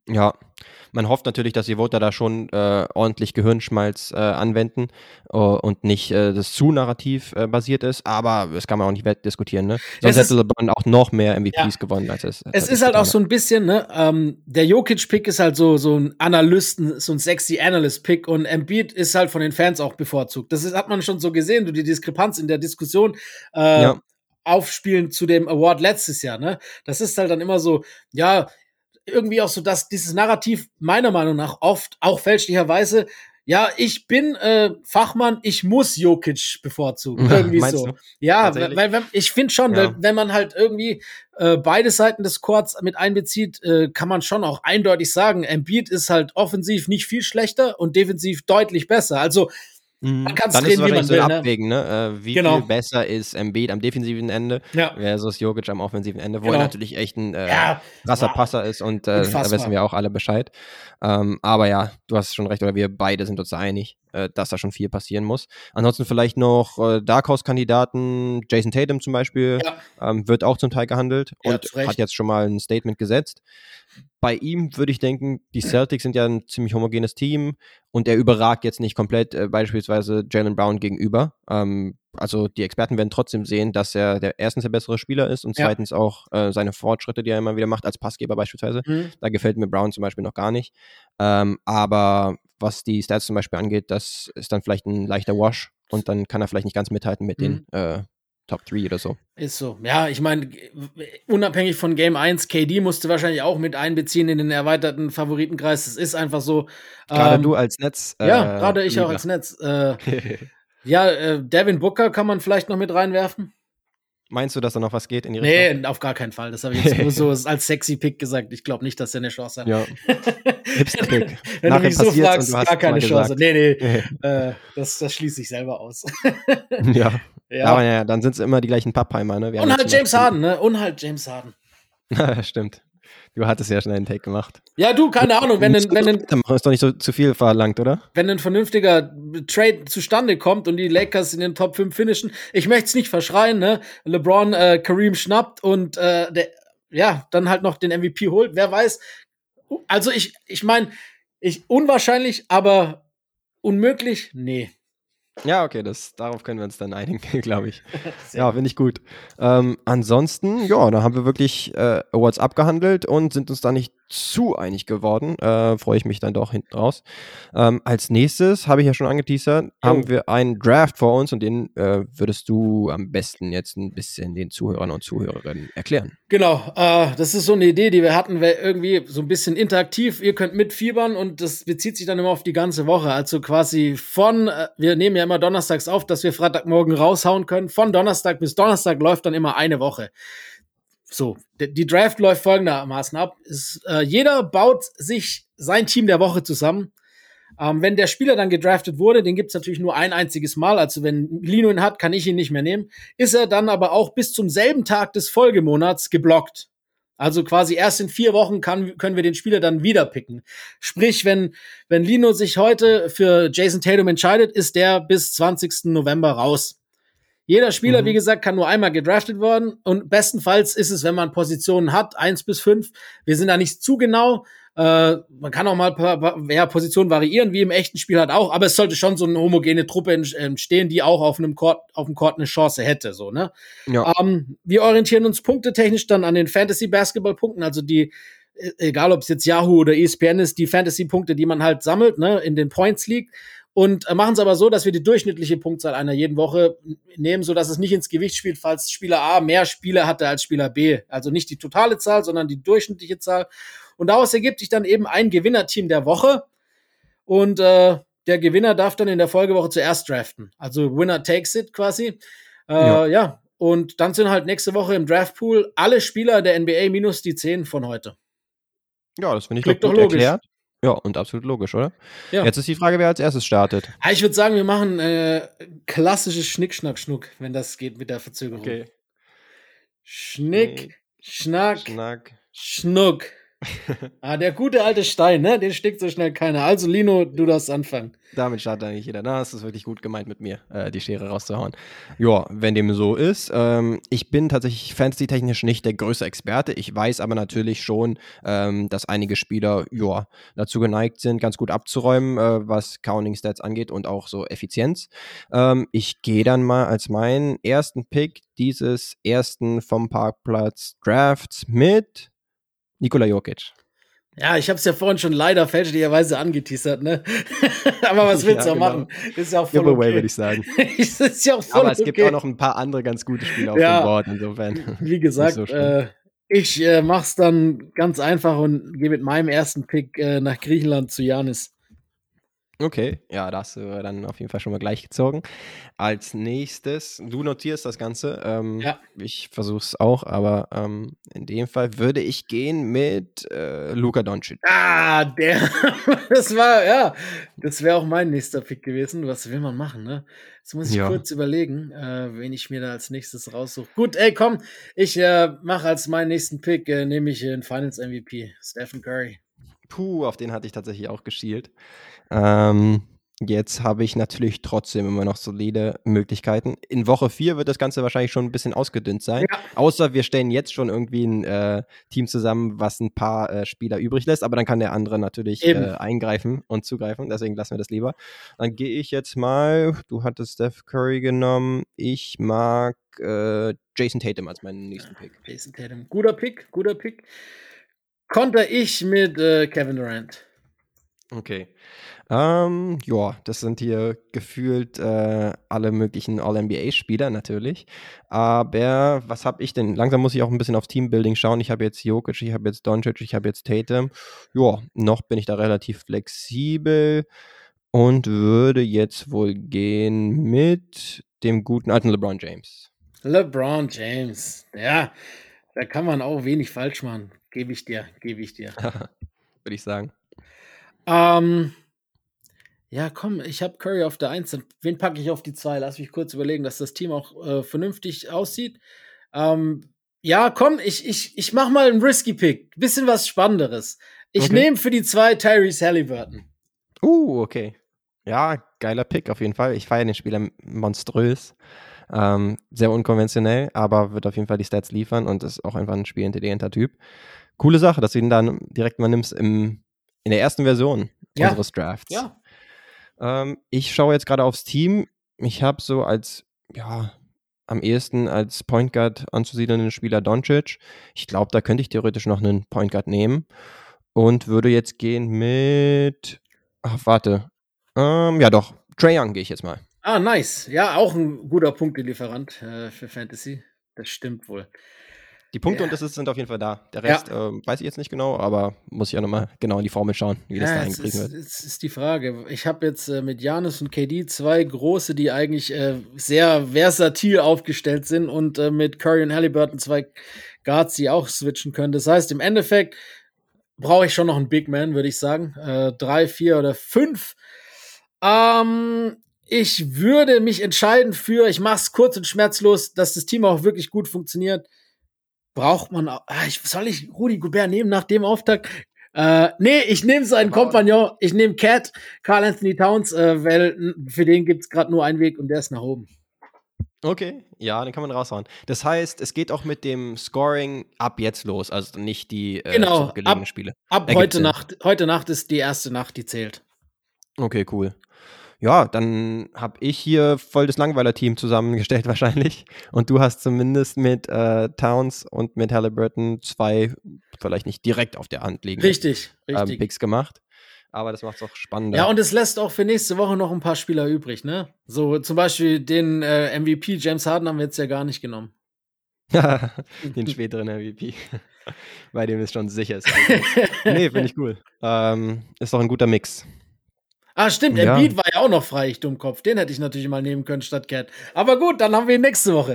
Ja, man hofft natürlich, dass die Voter da schon ordentlich Gehirnschmalz anwenden und nicht das zu narrativ basiert ist, aber das kann man auch nicht wegdiskutieren, ne? Sonst hätte LeBron auch noch mehr MVPs gewonnen, als es ist halt auch so ein bisschen, ne, der Jokic-Pick ist halt so ein Analysten, so ein sexy Analyst-Pick und Embiid ist halt von den Fans auch bevorzugt. Hat man schon so gesehen, die Diskrepanz in der Diskussion aufspielen zu dem Award letztes Jahr, ne? Das ist halt dann immer so, ja, irgendwie auch so, dass dieses Narrativ meiner Meinung nach oft, auch fälschlicherweise, ja, ich bin Fachmann, ich muss Jokic bevorzugen. Irgendwie so. Du? Ja, weil ich finde schon, weil, wenn man halt irgendwie beide Seiten des Courts mit einbezieht, kann man schon auch eindeutig sagen, Embiid ist halt offensiv nicht viel schlechter und defensiv deutlich besser. Also man kann es drehen, wie man will. Abwägen, ne? Wie viel besser ist Embiid am defensiven Ende versus Jokic am offensiven Ende, wo er natürlich echt ein krasser Passer ist und da wissen wir auch alle Bescheid. Aber ja, du hast schon recht, oder wir beide sind uns einig, dass da schon viel passieren muss. Ansonsten vielleicht noch Dark Horse-Kandidaten, Jason Tatum zum Beispiel, wird auch zum Teil gehandelt und hat jetzt schon mal ein Statement gesetzt. Bei ihm würde ich denken, die Celtics sind ja ein ziemlich homogenes Team und er überragt jetzt nicht komplett beispielsweise Jaylen Brown gegenüber. Also die Experten werden trotzdem sehen, dass er erstens der bessere Spieler ist und zweitens auch seine Fortschritte, die er immer wieder macht, als Passgeber beispielsweise. Da gefällt mir Brown zum Beispiel noch gar nicht. Aber was die Stats zum Beispiel angeht, das ist dann vielleicht ein leichter Wash und dann kann er vielleicht nicht ganz mithalten mit den Top 3 oder so. Ist so. Ja, ich meine, unabhängig von Game 1, KD musste wahrscheinlich auch mit einbeziehen in den erweiterten Favoritenkreis. Das ist einfach so. Gerade du als Netz. Ja, gerade ich auch als Netz. Devin Booker kann man vielleicht noch mit reinwerfen. Meinst du, dass da noch was geht in die Richtung? Nee, auf gar keinen Fall. Das habe ich jetzt nur so als sexy Pick gesagt. Ich glaube nicht, dass er eine Chance hat. Ja. Hipster-Pick. Wenn du mich so fragst, gar keine Chance. Nee. Das schließe ich selber aus. Ja. Aber ja, dann sind es immer die gleichen Pappheimer, ne? Und halt James Harden, ne? Und halt James Harden. Stimmt. Du hattest ja schon einen Take gemacht. Ja, du, keine Ahnung, wenn ist doch nicht so zu viel verlangt, oder? Wenn ein vernünftiger Trade zustande kommt und die Lakers in den Top 5 finishen, ich möchte es nicht verschreien, ne? LeBron Kareem schnappt und dann halt noch den MVP holt, wer weiß. Also ich meine, unwahrscheinlich, aber unmöglich? Nee. Ja, okay, darauf können wir uns dann einigen, glaube ich. Ja, finde ich gut. Ansonsten, da haben wir wirklich Awards abgehandelt und sind uns da nicht zu einig geworden. Freue ich mich dann doch hinten raus. Als nächstes, habe ich ja schon angeteasert, haben wir einen Draft vor uns und den würdest du am besten jetzt ein bisschen den Zuhörern und Zuhörerinnen erklären. Genau, das ist so eine Idee, die wir hatten, irgendwie so ein bisschen interaktiv. Ihr könnt mitfiebern und das bezieht sich dann immer auf die ganze Woche. Also quasi wir nehmen ja immer donnerstags auf, dass wir Freitagmorgen raushauen können. Von Donnerstag bis Donnerstag läuft dann immer eine Woche. So, die Draft läuft folgendermaßen ab. Jeder baut sich sein Team der Woche zusammen. Wenn der Spieler dann gedraftet wurde, den gibt's natürlich nur ein einziges Mal. Also wenn Lino ihn hat, kann ich ihn nicht mehr nehmen. Ist er dann aber auch bis zum selben Tag des Folgemonats geblockt. Also quasi erst in 4 Wochen können wir den Spieler dann wieder picken. Sprich, wenn Lino sich heute für Jason Tatum entscheidet, ist der bis 20. November raus. Jeder Spieler, wie gesagt, kann nur einmal gedraftet werden und bestenfalls ist es, wenn man Positionen hat, 1 bis 5. Wir sind da nicht zu genau. Man kann auch mal Positionen variieren, wie im echten Spiel halt auch, aber es sollte schon so eine homogene Truppe entstehen, die auch auf dem Court eine Chance hätte, so, ne? Ja. Wir orientieren uns punktetechnisch dann an den Fantasy-Basketball-Punkten, also die, egal ob es jetzt Yahoo oder ESPN ist, die Fantasy-Punkte, die man halt sammelt, ne, in den Points League. Und machen es aber so, dass wir die durchschnittliche Punktzahl einer jeden Woche nehmen, so dass es nicht ins Gewicht spielt, falls Spieler A mehr Spiele hatte als Spieler B. Also nicht die totale Zahl, sondern die durchschnittliche Zahl. Und daraus ergibt sich dann eben ein Gewinnerteam der Woche. Und der Gewinner darf dann in der Folgewoche zuerst draften. Also Winner takes it quasi. Und dann sind halt nächste Woche im Draftpool alle Spieler der NBA minus die 10 von heute. Ja, das finde ich doch gut erklärt. Ja, und absolut logisch, oder? Ja. Jetzt ist die Frage, wer als erstes startet. Ich würde sagen, wir machen klassisches Schnick, Schnack, Schnuck, wenn das geht mit der Verzögerung. Okay. Schnick, Schnack, Schnuck. Der gute alte Stein, ne? Den steckt so schnell keiner. Also, Lino, du darfst anfangen. Damit startet eigentlich jeder. Na, es ist wirklich gut gemeint mit mir, die Schere rauszuhauen. Ja, wenn dem so ist. Ich bin tatsächlich fantasy-technisch nicht der größte Experte. Ich weiß aber natürlich schon, dass einige Spieler dazu geneigt sind, ganz gut abzuräumen, was Counting-Stats angeht und auch so Effizienz. Ich gehe dann mal als meinen ersten Pick dieses ersten vom Parkplatz Drafts mit Nikola Jokic. Ja, ich habe es ja vorhin schon leider fälschlicherweise angeteasert, ne? Aber was willst du auch machen? Ist ja auch voll Giveaway, würde ich sagen. ist ja auch voll Aber es gibt auch noch ein paar andere ganz gute Spiele auf dem Board, insofern. Wie gesagt, so ich mach's dann ganz einfach und gehe mit meinem ersten Pick nach Griechenland zu Giannis. Okay, ja, da hast du dann auf jeden Fall schon mal gleich gezogen. Als nächstes, du notierst das Ganze. Ich versuche es auch, aber in dem Fall würde ich gehen mit Luka Doncic. Das wäre auch mein nächster Pick gewesen. Was will man machen, ne? Jetzt muss ich kurz überlegen, wen ich mir da als nächstes raussuche. Gut, komm, ich mache als meinen nächsten Pick, nehme ich den Finals MVP, Stephen Curry. Puh, auf den hatte ich tatsächlich auch geschielt. Jetzt habe ich natürlich trotzdem immer noch solide Möglichkeiten. In Woche 4 wird das Ganze wahrscheinlich schon ein bisschen ausgedünnt sein. Ja. Außer wir stellen jetzt schon irgendwie ein Team zusammen, was ein paar Spieler übrig lässt. Aber dann kann der andere natürlich eingreifen und zugreifen. Deswegen lassen wir das lieber. Dann gehe ich jetzt mal, du hattest Steph Curry genommen. Ich mag Jason Tatum als meinen nächsten Pick. Jason Tatum, guter Pick. Konter ich mit Kevin Durant. Okay. Das sind hier gefühlt alle möglichen All-NBA-Spieler natürlich. Aber was habe ich denn? Langsam muss ich auch ein bisschen aufs Teambuilding schauen. Ich habe jetzt Jokic, ich habe jetzt Doncic, ich habe jetzt Tatum. Ja, noch bin ich da relativ flexibel und würde jetzt wohl gehen mit dem guten alten LeBron James. LeBron James, ja, da kann man auch wenig falsch machen. Gebe ich dir. Würde ich sagen. Ja, komm, ich habe Curry auf der 1. Wen packe ich auf die 2? Lass mich kurz überlegen, dass das Team auch vernünftig aussieht. Ja, komm, ich mach mal einen Risky Pick. Bisschen was Spannenderes. Ich nehme für die 2 Tyrese Halliburton. Okay. Ja, geiler Pick auf jeden Fall. Ich feiere den Spieler monströs. Sehr unkonventionell, aber wird auf jeden Fall die Stats liefern und ist auch einfach ein spielintelligenter Typ. Coole Sache, dass du ihn dann direkt mal nimmst in der ersten Version unseres Drafts. Ja. Ich schaue jetzt gerade aufs Team. Ich habe so am ehesten als Point Guard anzusiedelnden Spieler Doncic. Ich glaube, da könnte ich theoretisch noch einen Point Guard nehmen und würde jetzt gehen mit Trae Young gehe ich jetzt mal. Nice. Ja, auch ein guter Punktelieferant für Fantasy. Das stimmt wohl. Die Punkte und Assists sind auf jeden Fall da. Der Rest weiß ich jetzt nicht genau, aber muss ich ja nochmal genau in die Formel schauen, wie das da hinkriegen wird. Das ist die Frage. Ich habe jetzt mit Giannis und KD 2 große, die eigentlich sehr versatil aufgestellt sind und mit Curry und Halliburton 2 Guards, die auch switchen können. Das heißt, im Endeffekt brauche ich schon noch einen Big Man, würde ich sagen. 3, 4 oder 5. Ich würde mich entscheiden ich mache es kurz und schmerzlos, dass das Team auch wirklich gut funktioniert. Braucht man auch. Soll ich Rudy Gobert nehmen nach dem Auftakt? Ich nehme seinen Kompagnon. Ich nehme Karl Anthony Towns, weil für den gibt's gerade nur einen Weg und der ist nach oben. Okay, ja, den kann man raushauen. Das heißt, es geht auch mit dem Scoring ab jetzt los, also nicht die zurückgelegenen Spiele. Ab heute Nacht. Heute Nacht ist die erste Nacht, die zählt. Okay, cool. Ja, dann habe ich hier voll das Langweiler-Team zusammengestellt wahrscheinlich. Und du hast zumindest mit Towns und mit Halliburton 2 vielleicht nicht direkt auf der Hand liegen. Richtig. Picks gemacht. Aber das macht es auch spannender. Ja, und es lässt auch für nächste Woche noch ein paar Spieler übrig, ne? So zum Beispiel den MVP James Harden haben wir jetzt ja gar nicht genommen. Den späteren MVP. Bei dem ist schon sicher. Nee, finde ich cool. Ist doch ein guter Mix. Stimmt, Embiid war ja auch noch frei, ich Dummkopf. Den hätte ich natürlich mal nehmen können statt Cat. Aber gut, dann haben wir ihn nächste Woche.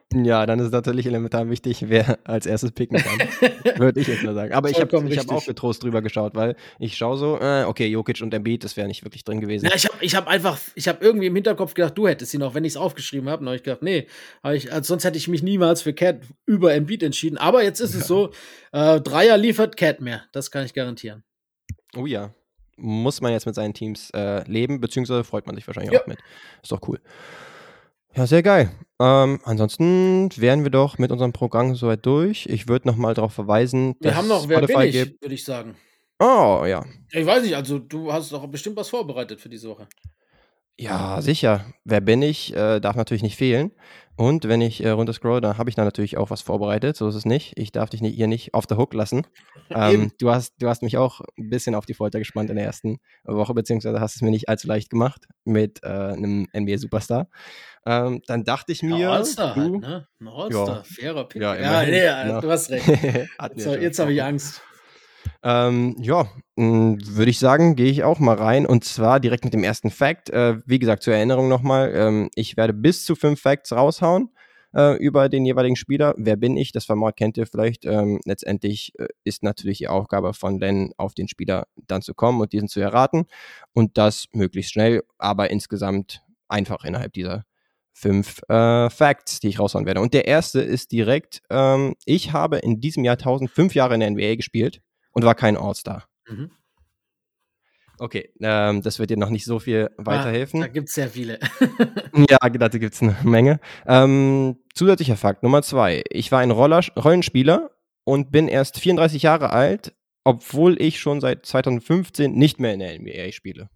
Ja, dann ist natürlich elementar wichtig, wer als erstes picken kann. Würde ich jetzt mal sagen. Aber ich habe Vollkommen hab auch richtig. getrost drüber geschaut, weil ich schaue so, okay, Jokic und Embiid, das wäre nicht wirklich drin gewesen. Ja, ich habe irgendwie im Hinterkopf gedacht, du hättest ihn auch, wenn ich es aufgeschrieben habe. Dann habe ich gedacht, nee, also sonst hätte ich mich niemals für Cat über Embiid entschieden. Aber jetzt ist es so, Dreier liefert Cat mehr. Das kann ich garantieren. Oh ja. Muss man jetzt mit seinen Teams leben, beziehungsweise freut man sich wahrscheinlich Ja. auch mit. Ist doch cool. Ja, sehr geil. Ansonsten wären wir doch mit unserem Programm soweit durch. Ich würde nochmal darauf verweisen, Wir dass haben noch, wer bin Spotify ich, gibt. würde ich sagen. Oh, ja. Ich weiß nicht, also du hast doch bestimmt was vorbereitet für diese Woche. Ja, sicher. Wer bin ich? Darf natürlich nicht fehlen. Und wenn ich runterscroll, dann habe ich da natürlich auch was vorbereitet. So ist es nicht. Ich darf dich hier nicht auf der Hook lassen. Eben. Du hast mich auch ein bisschen auf die Folter gespannt in der ersten Woche, beziehungsweise hast es mir nicht allzu leicht gemacht mit einem NBA-Superstar. Dann dachte ich mir, All-Star halt, du, ne? Ein All-Star, ja, fairer Pick. ja, Ja, immerhin, nee, genau. du hast recht. Hatten wir schon Jetzt habe ich besprochen. Angst. Ja, würde ich sagen, gehe ich auch mal rein und zwar direkt mit dem ersten Fact. Wie gesagt, zur Erinnerung nochmal, ich werde bis zu 5 Facts raushauen über den jeweiligen Spieler. Wer bin ich? Das Format kennt ihr vielleicht. Letztendlich ist natürlich die Aufgabe von Len, auf den Spieler dann zu kommen und diesen zu erraten und das möglichst schnell, aber insgesamt einfach innerhalb dieser 5 Facts, die ich raushauen werde. Und der erste ist direkt, ich habe in diesem Jahr 5 Jahre in der NBA gespielt. Und war kein All-Star. Mhm. Okay, das wird dir noch nicht so viel weiterhelfen. Da gibt es sehr viele. Ja, dazu gibt es eine Menge. Zusätzlicher Fakt Nummer 2. Ich war ein Rollenspieler und bin erst 34 Jahre alt, obwohl ich schon seit 2015 nicht mehr in der NBA spiele.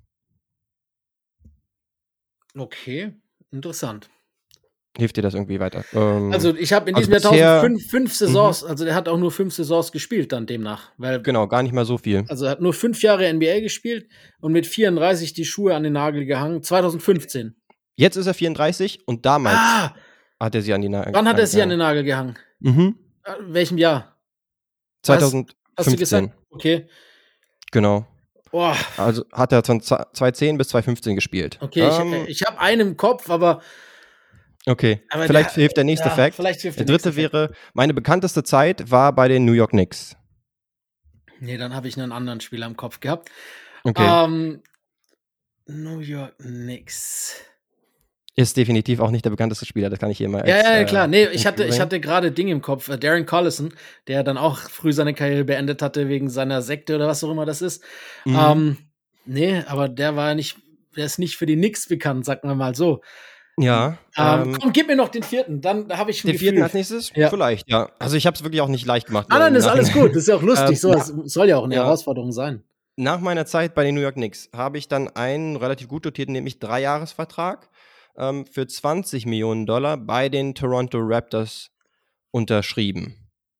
Okay, interessant. Hilft dir das irgendwie weiter? Also ich habe in diesem Jahr 5 Saisons, also der hat auch nur 5 Saisons gespielt dann demnach. Weil, genau, gar nicht mal so viel. Also er hat nur 5 Jahre NBA gespielt und mit 34 die Schuhe an den Nagel gehangen, 2015. Jetzt ist er 34 und damals hat er sie an die Nagel gehangen. Wann hat er sie an den Nagel gehangen? Mhm. In welchem Jahr? 2015. Hast du gesagt? Okay. Genau. Oh. Also hat er von 2010 bis 2015 gespielt. Okay, ich habe einen im Kopf, aber okay, vielleicht hilft der nächste Fact. Der dritte wäre, meine bekannteste Zeit war bei den New York Knicks. Nee, dann habe ich einen anderen Spieler im Kopf gehabt. Okay. New York Knicks. Ist definitiv auch nicht der bekannteste Spieler, das kann ich hier mal Ja, klar. Nee, ich hatte gerade Ding im Kopf. Darren Collison, der dann auch früh seine Karriere beendet hatte wegen seiner Sekte oder was auch immer das ist. Nee, aber der ist nicht für die Knicks bekannt, sagen wir mal so. Ja. Komm, gib mir noch den vierten, dann habe ich schon den vierten als nächstes? Ja. Vielleicht, ja. Also ich habe es wirklich auch nicht leicht gemacht. Nein, das ist alles gut. Das ist ja auch lustig. So, das soll ja auch eine Herausforderung sein. Nach meiner Zeit bei den New York Knicks habe ich dann einen relativ gut dotierten, nämlich 3-Jahres-Vertrag für $20 Millionen bei den Toronto Raptors unterschrieben.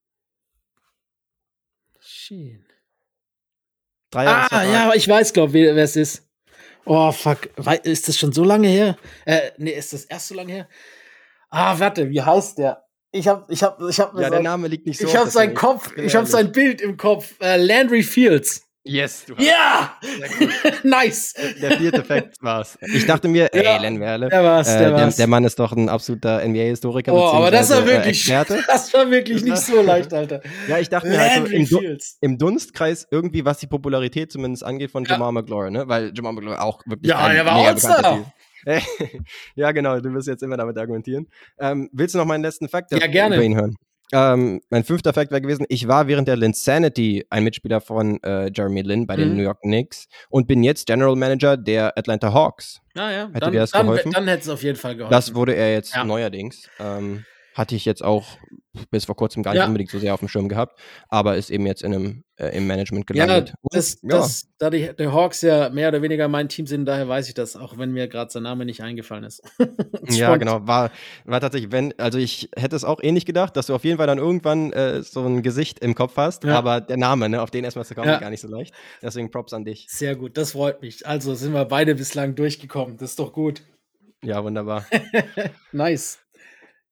Schön. 3 Jahresvertrag. Ja, ich weiß, glaube ich, wer es ist. Oh, fuck. Ist das schon so lange her? Nee, ist das erst so lange her? Warte, wie heißt der? Ja, der Name liegt nicht so. Ich habe seinen Kopf, ich habe sein Bild im Kopf. Landry Fields. Yes, du hast ja! Nice! Der vierte Fact war's. Ich dachte mir, Len Werle, der Mann ist doch ein absoluter NBA-Historiker. Oh, aber das war wirklich, nicht so leicht, Alter. Ja, ich dachte mir halt so im Dunstkreis irgendwie, was die Popularität zumindest angeht von Jamal McLaurin, ne? Weil Jamal McLaurin auch wirklich er war All-Star. Ja, genau, du wirst jetzt immer damit argumentieren. Willst du noch meinen letzten Fact über ihn hören? Mein 5. Fact wäre gewesen, ich war während der Linsanity ein Mitspieler von Jeremy Lin bei den New York Knicks und bin jetzt General Manager der Atlanta Hawks. Ja. Hätte dir das geholfen? Dann hätte es auf jeden Fall geholfen. Das wurde er jetzt neuerdings. Hatte ich jetzt auch bis vor kurzem gar nicht unbedingt so sehr auf dem Schirm gehabt, aber ist eben jetzt im Management gelandet. Da die Hawks ja mehr oder weniger mein Team sind, daher weiß ich das, auch wenn mir gerade sein Name nicht eingefallen ist. Ja, genau, war tatsächlich, ich hätte es auch ähnlich gedacht, dass du auf jeden Fall dann irgendwann so ein Gesicht im Kopf hast, aber der Name, ne, auf den erstmal zu kommen, ist gar nicht so leicht. Deswegen Props an dich. Sehr gut, das freut mich. Also sind wir beide bislang durchgekommen, das ist doch gut. Ja, wunderbar. Nice.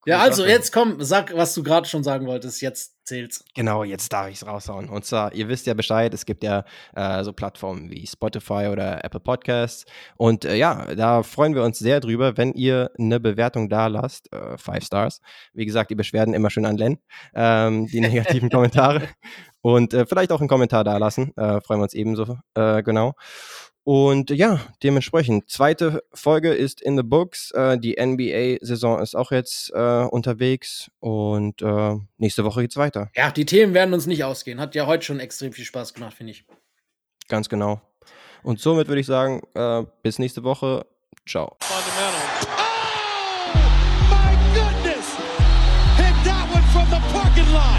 Ja, also jetzt komm, sag, was du gerade schon sagen wolltest. Jetzt zählt's. Genau, jetzt darf ich es raushauen. Und zwar, ihr wisst ja Bescheid, es gibt ja so Plattformen wie Spotify oder Apple Podcasts. Und ja, da freuen wir uns sehr drüber, wenn ihr eine Bewertung da lasst. 5 Stars. Wie gesagt, die Beschwerden immer schön an Len. Die negativen Kommentare. Und vielleicht auch einen Kommentar da lassen. Freuen wir uns ebenso, genau. Und ja, dementsprechend, zweite Folge ist in the books. Die NBA-Saison ist auch jetzt unterwegs und nächste Woche geht's weiter. Ja, die Themen werden uns nicht ausgehen. Hat ja heute schon extrem viel Spaß gemacht, finde ich. Ganz genau. Und somit würde ich sagen, bis nächste Woche. Ciao. Fundamental. Oh, my goodness! Hit that one from the parking lot.